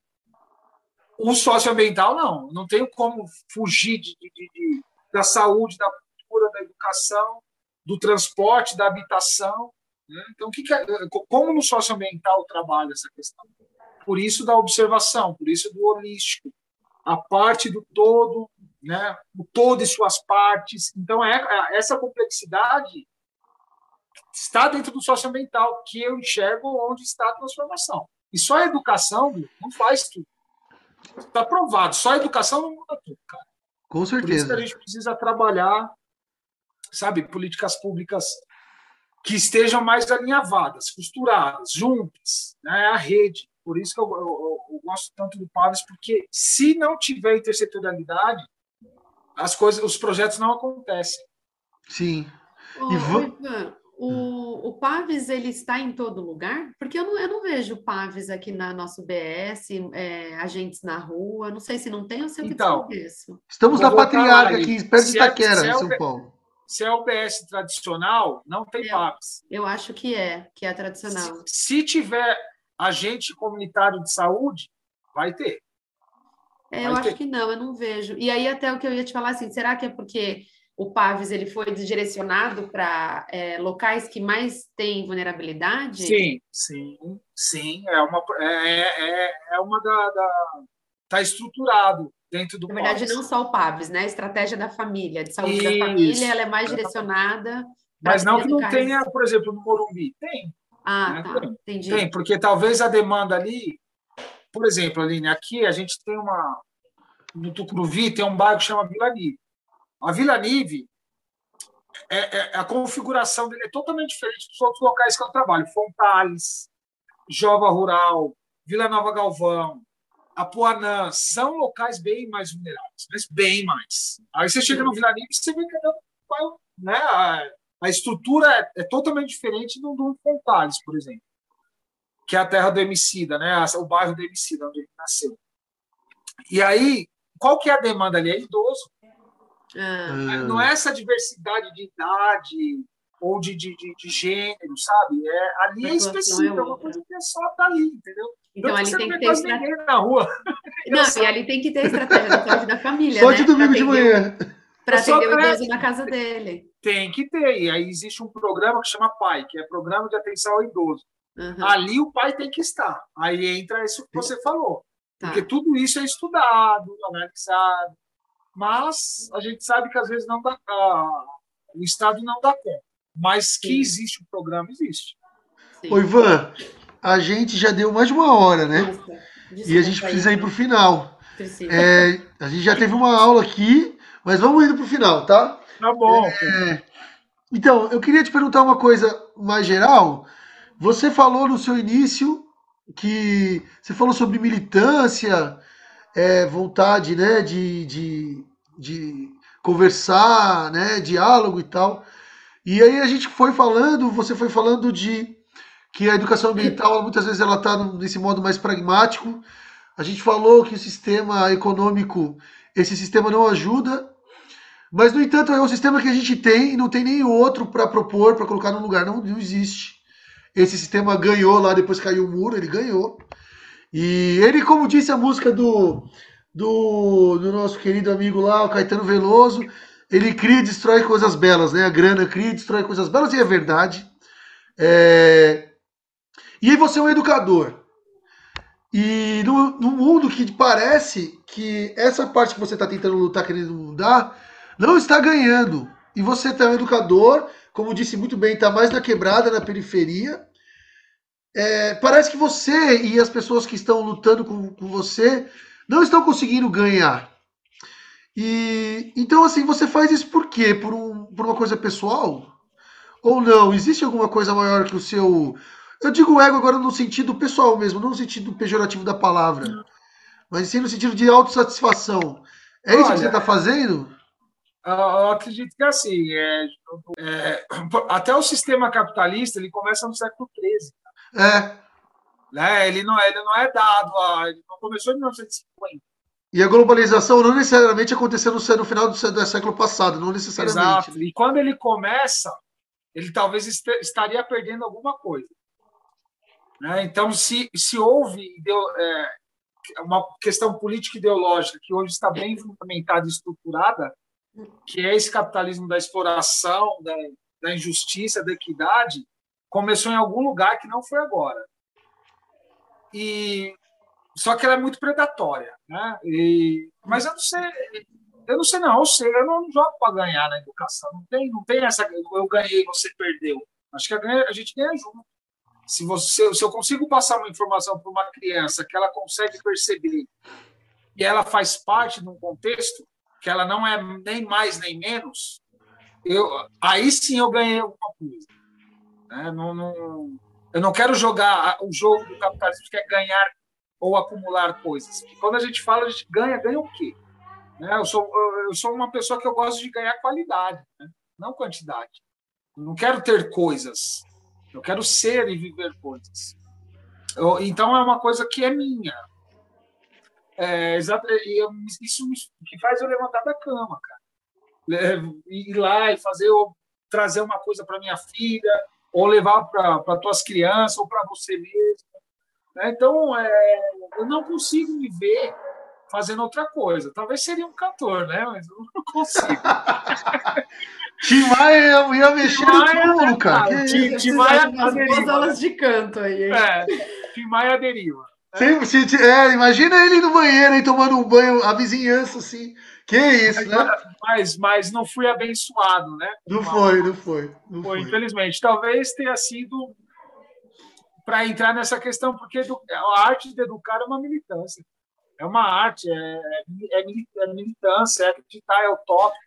O socioambiental, não tenho como fugir da saúde, da cultura, da educação, do transporte, da habitação. Né? Então, como no socioambiental trabalha essa questão? Por isso da observação, por isso do holístico, a parte do todo, né? O todo e suas partes. Então, essa complexidade está dentro do socioambiental, que eu enxergo onde está a transformação. E só a educação não faz tudo. Está provado, só a educação não muda tudo, cara. Com certeza. Por isso que a gente precisa trabalhar, sabe, políticas públicas que estejam mais alinhavadas, costuradas, juntas, né, a rede. Por isso que eu gosto tanto do Paves, porque se não tiver intersetorialidade, os projetos não acontecem. Sim. Ivan, o Paves, ele está em todo lugar? Porque eu não vejo Paves aqui na nosso BS, agentes na rua, não sei se não tem ou se eu desconheço. Estamos na Patriarca, aqui perto de Itaquera, em São Paulo. Se é o BS tradicional, não tem Paves. Eu acho que é tradicional. Se tiver agente comunitário de saúde, vai ter. Eu acho que não, eu não vejo. E aí até o que eu ia te falar, assim, será que é porque o Paves ele foi direcionado para locais que mais têm vulnerabilidade? Sim. É uma tá estruturado dentro do Paves. Na verdade, não só o Paves, né? A estratégia da família, de saúde da família, ela é mais direcionada. Mas não que não tenha, por exemplo, no Morumbi. Tem. Tá, entendi. Tem, porque talvez a demanda ali, por exemplo, Aline, aqui a gente tem no Tucuruvi tem um bairro que chama Vila Nive. A Vila Nive, a configuração dele é totalmente diferente dos outros locais que eu trabalho. Fontales, Jova Rural, Vila Nova Galvão, Apuanã, são locais bem mais vulneráveis, mas bem mais. Aí você chega no Vila Nive e você vê que né, a estrutura é totalmente diferente do Fontales, por exemplo, que é a terra do Emicida, né, o bairro do Emicida, onde ele nasceu. E aí, qual que é a demanda ali? É idoso. Não é essa diversidade de idade ou de gênero, sabe? Ali é específico, é uma coisa que só está ali, entendeu? Então ali tem que ter estratégia na rua. Não, e ali tem que ter estratégia da saúde da família, só de domingo de manhã. Para atender o idoso na casa dele. Tem que ter. E aí existe um programa que chama PAI, que é Programa de Atenção ao Idoso. Uhum. Ali o pai tem que estar. Aí entra isso que você falou. Tá. Porque tudo isso é estudado, analisado. Mas a gente sabe que às vezes não dá, o Estado não dá conta. Mas que existe o programa, existe. Sim. Ô, Ivan, a gente já deu mais de uma hora, né? Nossa, e a gente precisa ir para o final. A gente já teve uma aula aqui, mas vamos indo para o final, tá? Tá bom. Então, eu queria te perguntar uma coisa mais geral. Você falou no seu início que você falou sobre militância, vontade, né, de conversar, né, diálogo e tal. E aí a gente foi falando, você foi falando de que a educação ambiental muitas vezes ela está nesse modo mais pragmático. A gente falou que o sistema econômico, esse sistema não ajuda, mas no entanto é o sistema que a gente tem e não tem nenhum outro para propor, para colocar no lugar, não existe. Esse sistema ganhou lá, depois caiu o muro, ele ganhou. E ele, como disse a música do nosso querido amigo lá, o Caetano Veloso, ele cria e destrói coisas belas, né? A grana cria e destrói coisas belas, e é verdade. E aí você é um educador. E no mundo que parece que essa parte que você está tentando lutar, querendo mudar, não está ganhando. E você é um educador, como disse muito bem, está mais na quebrada, na periferia. Parece que você e as pessoas que estão lutando com você não estão conseguindo ganhar. E então, assim, você faz isso por quê? Por uma coisa pessoal? Ou não? Existe alguma coisa maior que o seu. Eu digo ego agora no sentido pessoal mesmo, não no sentido pejorativo da palavra, mas sim no sentido de autossatisfação. É isso que você Olha, está fazendo? eu acredito que assim, até o sistema capitalista ele começa no século XIII, É. né? Ele não é dado, ele não começou em 1950. E a globalização não necessariamente aconteceu no final do século passado, não necessariamente. Exato. E quando ele começa, ele talvez estaria perdendo alguma coisa, né? Então, se houve uma questão política ideológica que hoje está bem fundamentada e estruturada, que é esse capitalismo da exploração, da injustiça, da equidade, começou em algum lugar que não foi agora. E só que ela é muito predatória, né? Mas eu não sei não, eu não jogo para ganhar na educação, não tem essa eu ganhei, você perdeu. Acho que a gente ganha junto. Se eu consigo passar uma informação para uma criança que ela consegue perceber e ela faz parte de um contexto que ela não é nem mais nem menos, aí sim eu ganhei alguma coisa. Né? Eu não quero jogar o jogo do capitalismo que é ganhar ou acumular coisas. Porque quando a gente fala, a gente ganha o quê? Né? Eu sou uma pessoa que eu gosto de ganhar qualidade, né? Não quantidade. Eu não quero ter coisas. Eu quero ser e viver coisas. Então é uma coisa que é minha. Isso que faz eu levantar da cama, cara. Ir lá e trazer uma coisa para minha filha, ou levar para tuas crianças, ou para você mesmo. Né? Então, eu não consigo me ver fazendo outra coisa. Talvez seria um cantor, né? Mas eu não consigo. Tim Maia ia mexer no túmulo, cara. Que Tim isso? Maia de umas boas aulas de canto aí, hein? Tim Maia deriva. Imagina ele no banheiro aí tomando um banho, a vizinhança assim. Que isso, né? Mas não fui abençoado, né? Não foi. Infelizmente. Talvez tenha sido para entrar nessa questão, porque a arte de educar é uma militância. É uma arte, é militância, é acreditar, é utópico.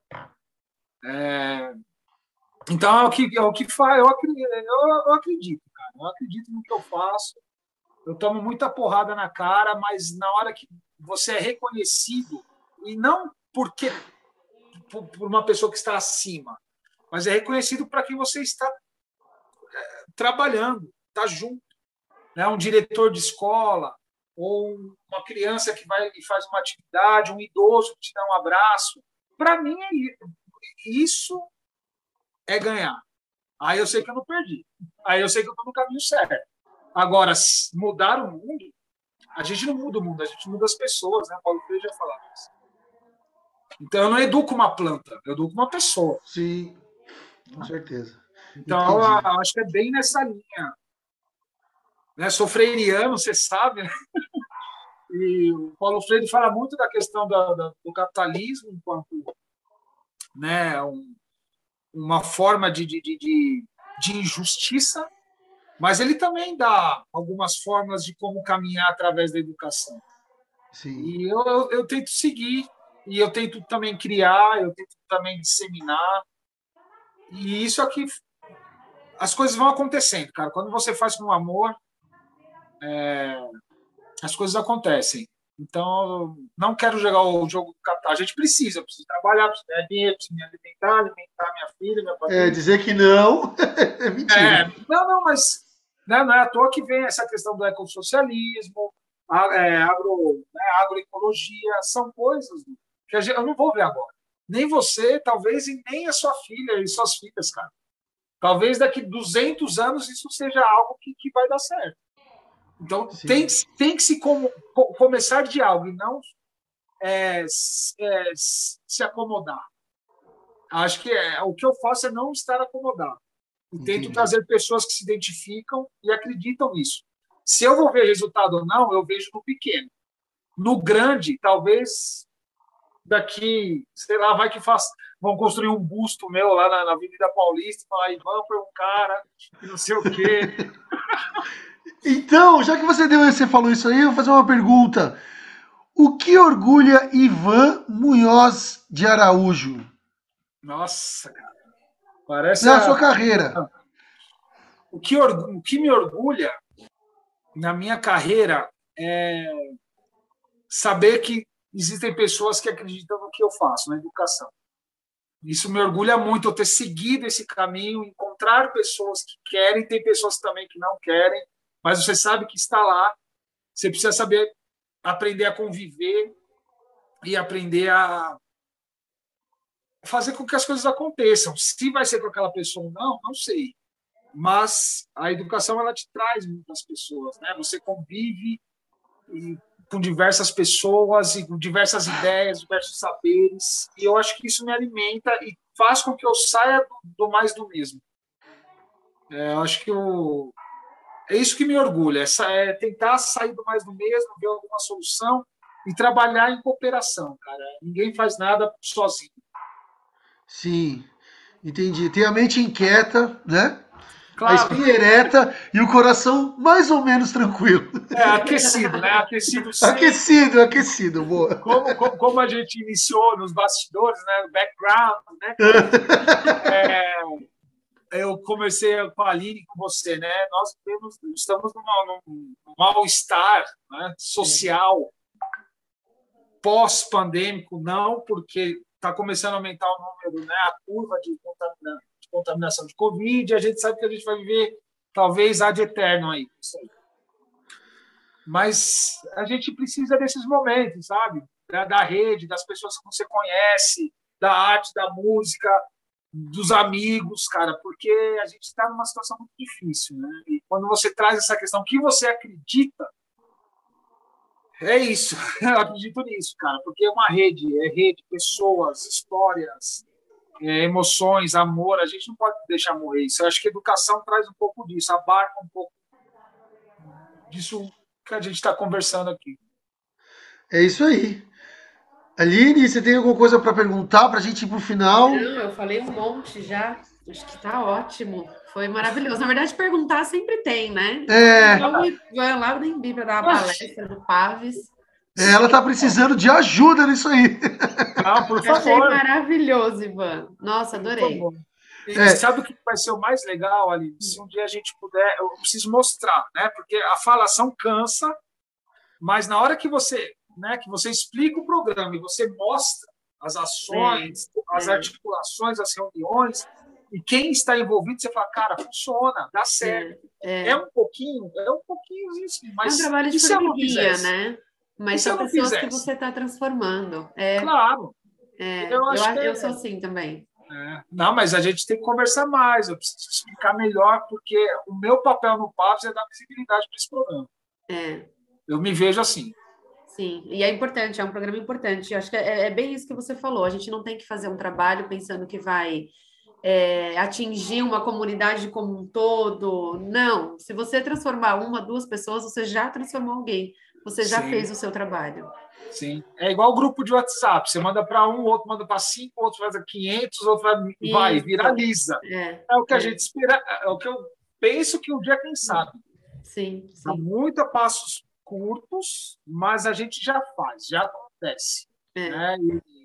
Então, é o que faz. Eu acredito, cara. Eu acredito no que eu faço. Eu tomo muita porrada na cara, mas na hora que você é reconhecido, e não porque por uma pessoa que está acima, mas é reconhecido para quem você está trabalhando, está junto. Né? Um diretor de escola, ou uma criança que vai e faz uma atividade, um idoso que te dá um abraço. Para mim, isso é ganhar. Aí eu sei que eu não perdi. Aí eu sei que eu estou no caminho certo. Agora, mudar o mundo, a gente não muda o mundo, a gente muda as pessoas, né? Paulo Freire já falava isso. Então, eu não educo uma planta, eu educo uma pessoa. Sim, com certeza. Então, eu acho que é bem nessa linha. Né? Sou freiriano, você sabe, né? E o Paulo Freire fala muito da questão do capitalismo enquanto, né, uma forma de injustiça, mas ele também dá algumas formas de como caminhar através da educação. Sim. E eu tento seguir, e eu tento também criar, eu tento também disseminar. E isso aqui, as coisas vão acontecendo, cara. Quando você faz com amor, as coisas acontecem. Então, não quero jogar o jogo do capital. A gente precisa trabalhar, precisa ganhar dinheiro, precisa me alimentar minha filha, minha família. Dizer que não é mentira. Não, mas não é à toa que vem essa questão do ecossocialismo, agroecologia, são coisas que eu não vou ver agora. Nem você, talvez, e nem a sua filha e suas filhas, cara. Talvez daqui 200 anos isso seja algo que vai dar certo. Então, tem que se começar de algo e não se acomodar. Acho que o que eu faço é não estar acomodado. E tento trazer pessoas que se identificam e acreditam nisso. Se eu vou ver resultado ou não, eu vejo no pequeno. No grande, talvez daqui, sei lá, vão construir um busto meu lá na Avenida Paulista e falar, Ivan foi um cara, que não sei o quê. Então, já que você falou isso aí, eu vou fazer uma pergunta. O que orgulha Ivan Munhoz de Araújo? Nossa, cara. Parece na sua carreira. O que me orgulha na minha carreira é saber que existem pessoas que acreditam no que eu faço, na educação. Isso me orgulha muito, eu ter seguido esse caminho, encontrar pessoas que querem, tem pessoas também que não querem, mas você sabe que está lá, você precisa saber aprender a conviver e aprender a fazer com que as coisas aconteçam. Se vai ser com aquela pessoa ou não, não sei. Mas a educação, ela te traz muitas pessoas, né? Você convive com diversas pessoas e com diversas ideias, diversos saberes, e eu acho que isso me alimenta e faz com que eu saia do mais do mesmo. Eu acho que é isso que me orgulha, é tentar sair do mais do mesmo, ver alguma solução e trabalhar em cooperação, cara. Ninguém faz nada sozinho. Sim, entendi. Tem a mente inquieta, né? Claro. A espinha ereta e o coração mais ou menos tranquilo. Aquecido, né? Aquecido sempre. Aquecido, boa. Como a gente iniciou nos bastidores, né? No background, né? Eu comecei com a Aline e com você, né? Nós estamos num mal-estar, né? Social, pós-pandêmico, não, porque está começando a aumentar o número, né? A curva de contaminação de Covid, e a gente sabe que a gente vai viver talvez ad eterno aí. Mas a gente precisa desses momentos, sabe? Da rede, das pessoas que você conhece, da arte, da música, dos amigos, cara, porque a gente está numa situação muito difícil, né? E quando você traz essa questão que você acredita, é isso, eu acredito nisso, cara, porque é uma rede, pessoas, histórias, emoções, amor, a gente não pode deixar morrer isso. Eu acho que a educação traz um pouco disso, abarca um pouco disso que a gente está conversando aqui. É isso aí. Aline, você tem alguma coisa para perguntar para a gente ir para o final? Não, eu falei um monte já. Acho que está ótimo. Foi maravilhoso. Na verdade, perguntar sempre tem, né? Então, o Ivan lá nem vi para dar uma palestra do Paves. Ela está precisando de ajuda nisso aí. Não, por favor. Achei maravilhoso, Ivan. Nossa, adorei. E sabe o que vai ser o mais legal, Aline? Se um dia a gente puder, eu preciso mostrar, né? Porque a falação cansa, mas na hora que você explica o programa e você mostra as ações, as articulações, as reuniões, e quem está envolvido, você fala, cara, funciona, dá certo. É um pouquinho isso, mas é um trabalho de formiguinha, né? Mas são pessoas que você está transformando. Claro. Eu sou assim também. Não, mas a gente tem que conversar mais, eu preciso explicar melhor, porque o meu papel no Paves é dar visibilidade para esse programa. Eu me vejo assim. Sim, e é importante, é um programa importante. Eu acho que é bem isso que você falou. A gente não tem que fazer um trabalho pensando que vai atingir uma comunidade como um todo. Não, se você transformar uma, duas pessoas, você já transformou alguém. Você já fez o seu trabalho. Sim, é igual o grupo de WhatsApp. Você manda para um, outro manda para 5, outro faz 500, outro vai, viraliza. É o que a gente espera, é o que eu penso que um dia, quem sabe. Sim. Há muito a passos curtos, mas a gente já faz, já acontece. Né?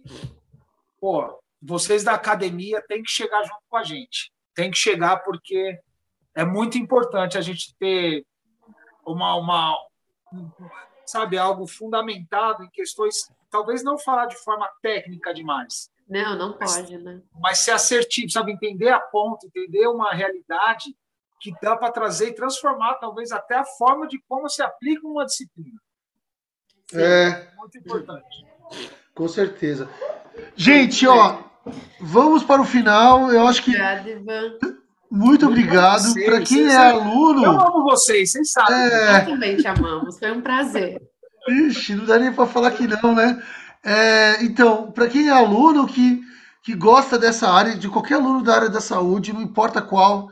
Vocês da academia têm que chegar junto com a gente. Tem que chegar porque é muito importante a gente ter sabe, algo fundamentado em questões, talvez não falar de forma técnica demais. Não pode, né? Mas ser assertivo, sabe, entender a ponta, entender uma realidade que dá para trazer e transformar, talvez, até a forma de como se aplica uma disciplina. Sim. Muito importante. Com certeza. Gente, vamos para o final. Eu acho que... Obrigada, Ivan. Muito obrigado. Para quem é aluno... Eu amo vocês sabem. Nós também te amamos. Foi um prazer. Ixi, não dá nem para falar que não, né? Então, para quem é aluno que gosta dessa área, de qualquer aluno da área da saúde, não importa qual,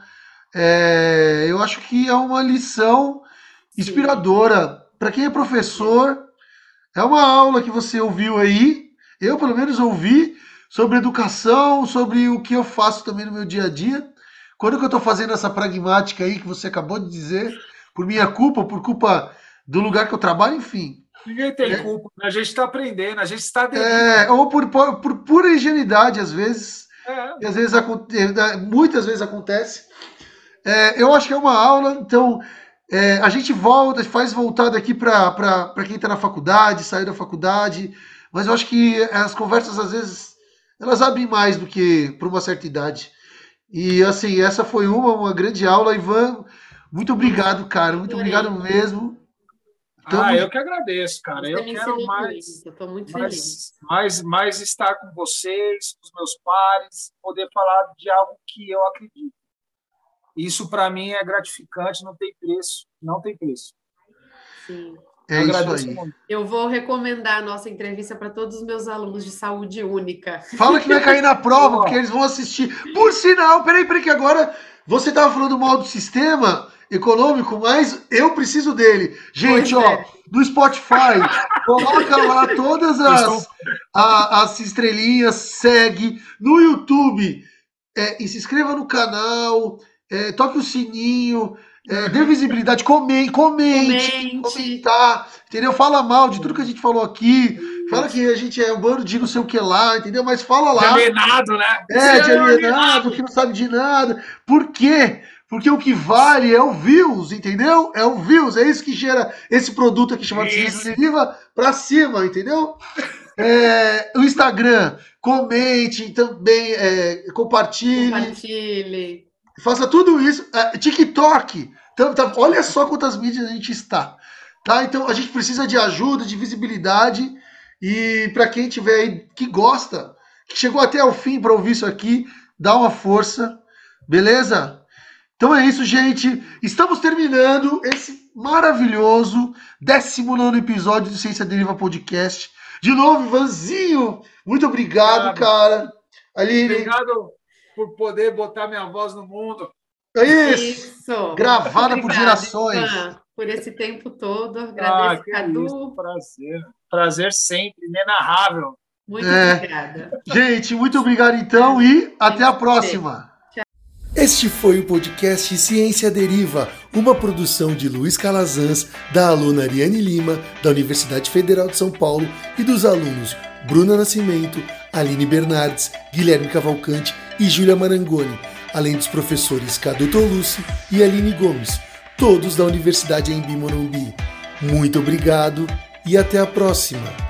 eu acho que é uma lição inspiradora. Para quem é professor, é uma aula que você ouviu aí, eu pelo menos ouvi, sobre educação, sobre o que eu faço também no meu dia a dia. Quando que eu estou fazendo essa pragmática aí que você acabou de dizer, por minha culpa, por culpa do lugar que eu trabalho, enfim. Ninguém tem culpa, a gente está aprendendo, a gente está ou por pura ingenuidade, às vezes. E às vezes muitas vezes acontece. Eu acho que é uma aula, então a gente faz voltado aqui para quem está na faculdade, sair da faculdade, mas eu acho que as conversas, às vezes, elas abrem mais do que para uma certa idade. E assim, essa foi uma grande aula. Ivan, muito obrigado, cara. Muito obrigado mesmo. Eu que agradeço, cara. Eu quero mais. Eu estou muito feliz. Mais estar com vocês, com os meus pares, poder falar de algo que eu acredito. Isso, para mim, é gratificante, não tem preço. Não tem preço. Sim. Isso aí. Muito. Eu vou recomendar a nossa entrevista para todos os meus alunos de saúde única. Fala que vai cair na prova, porque eles vão assistir. Por sinal, peraí, que agora você estava falando mal do sistema econômico, mas eu preciso dele. Gente, no Spotify, coloca lá todas as estrelinhas, segue. No YouTube, e se inscreva no canal, toque o sininho, dê visibilidade, comente, comentar, entendeu? Fala mal de tudo que a gente falou aqui, fala que a gente é um bando de não sei o que lá, entendeu? Mas fala lá. De alienado, né? De alienado, que não sabe de nada. Por quê? Porque o que vale é o views, entendeu? É o views, é isso que gera esse produto aqui chamado Ciência Deriva pra cima, entendeu? O Instagram, comente também, compartilhe. Faça tudo isso. TikTok. Olha só quantas mídias a gente está. Tá? Então a gente precisa de ajuda, de visibilidade. E para quem tiver aí que gosta, que chegou até o fim para ouvir isso aqui, dá uma força. Beleza? Então é isso, gente. Estamos terminando esse maravilhoso 19º episódio do Ciência Deriva Podcast. De novo, Ivanzinho, muito obrigado, cara. Aline. Obrigado por poder botar minha voz no mundo. Isso. Gravada por gerações. Ivan, por esse tempo todo. Agradeço, Cadu. Isso, prazer sempre, inenarrável. Muito obrigada. Gente, muito obrigado então e até a próxima. Este foi o podcast Ciência Deriva, uma produção de Luiz Calazans, da aluna Ariane Lima, da Universidade Federal de São Paulo, e dos alunos Bruna Nascimento, Aline Bernardes, Guilherme Cavalcante e Júlia Marangoni, além dos professores Cadu Tolucci e Aline Gomes, todos da Universidade Anhembi Morumbi. Muito obrigado e até a próxima!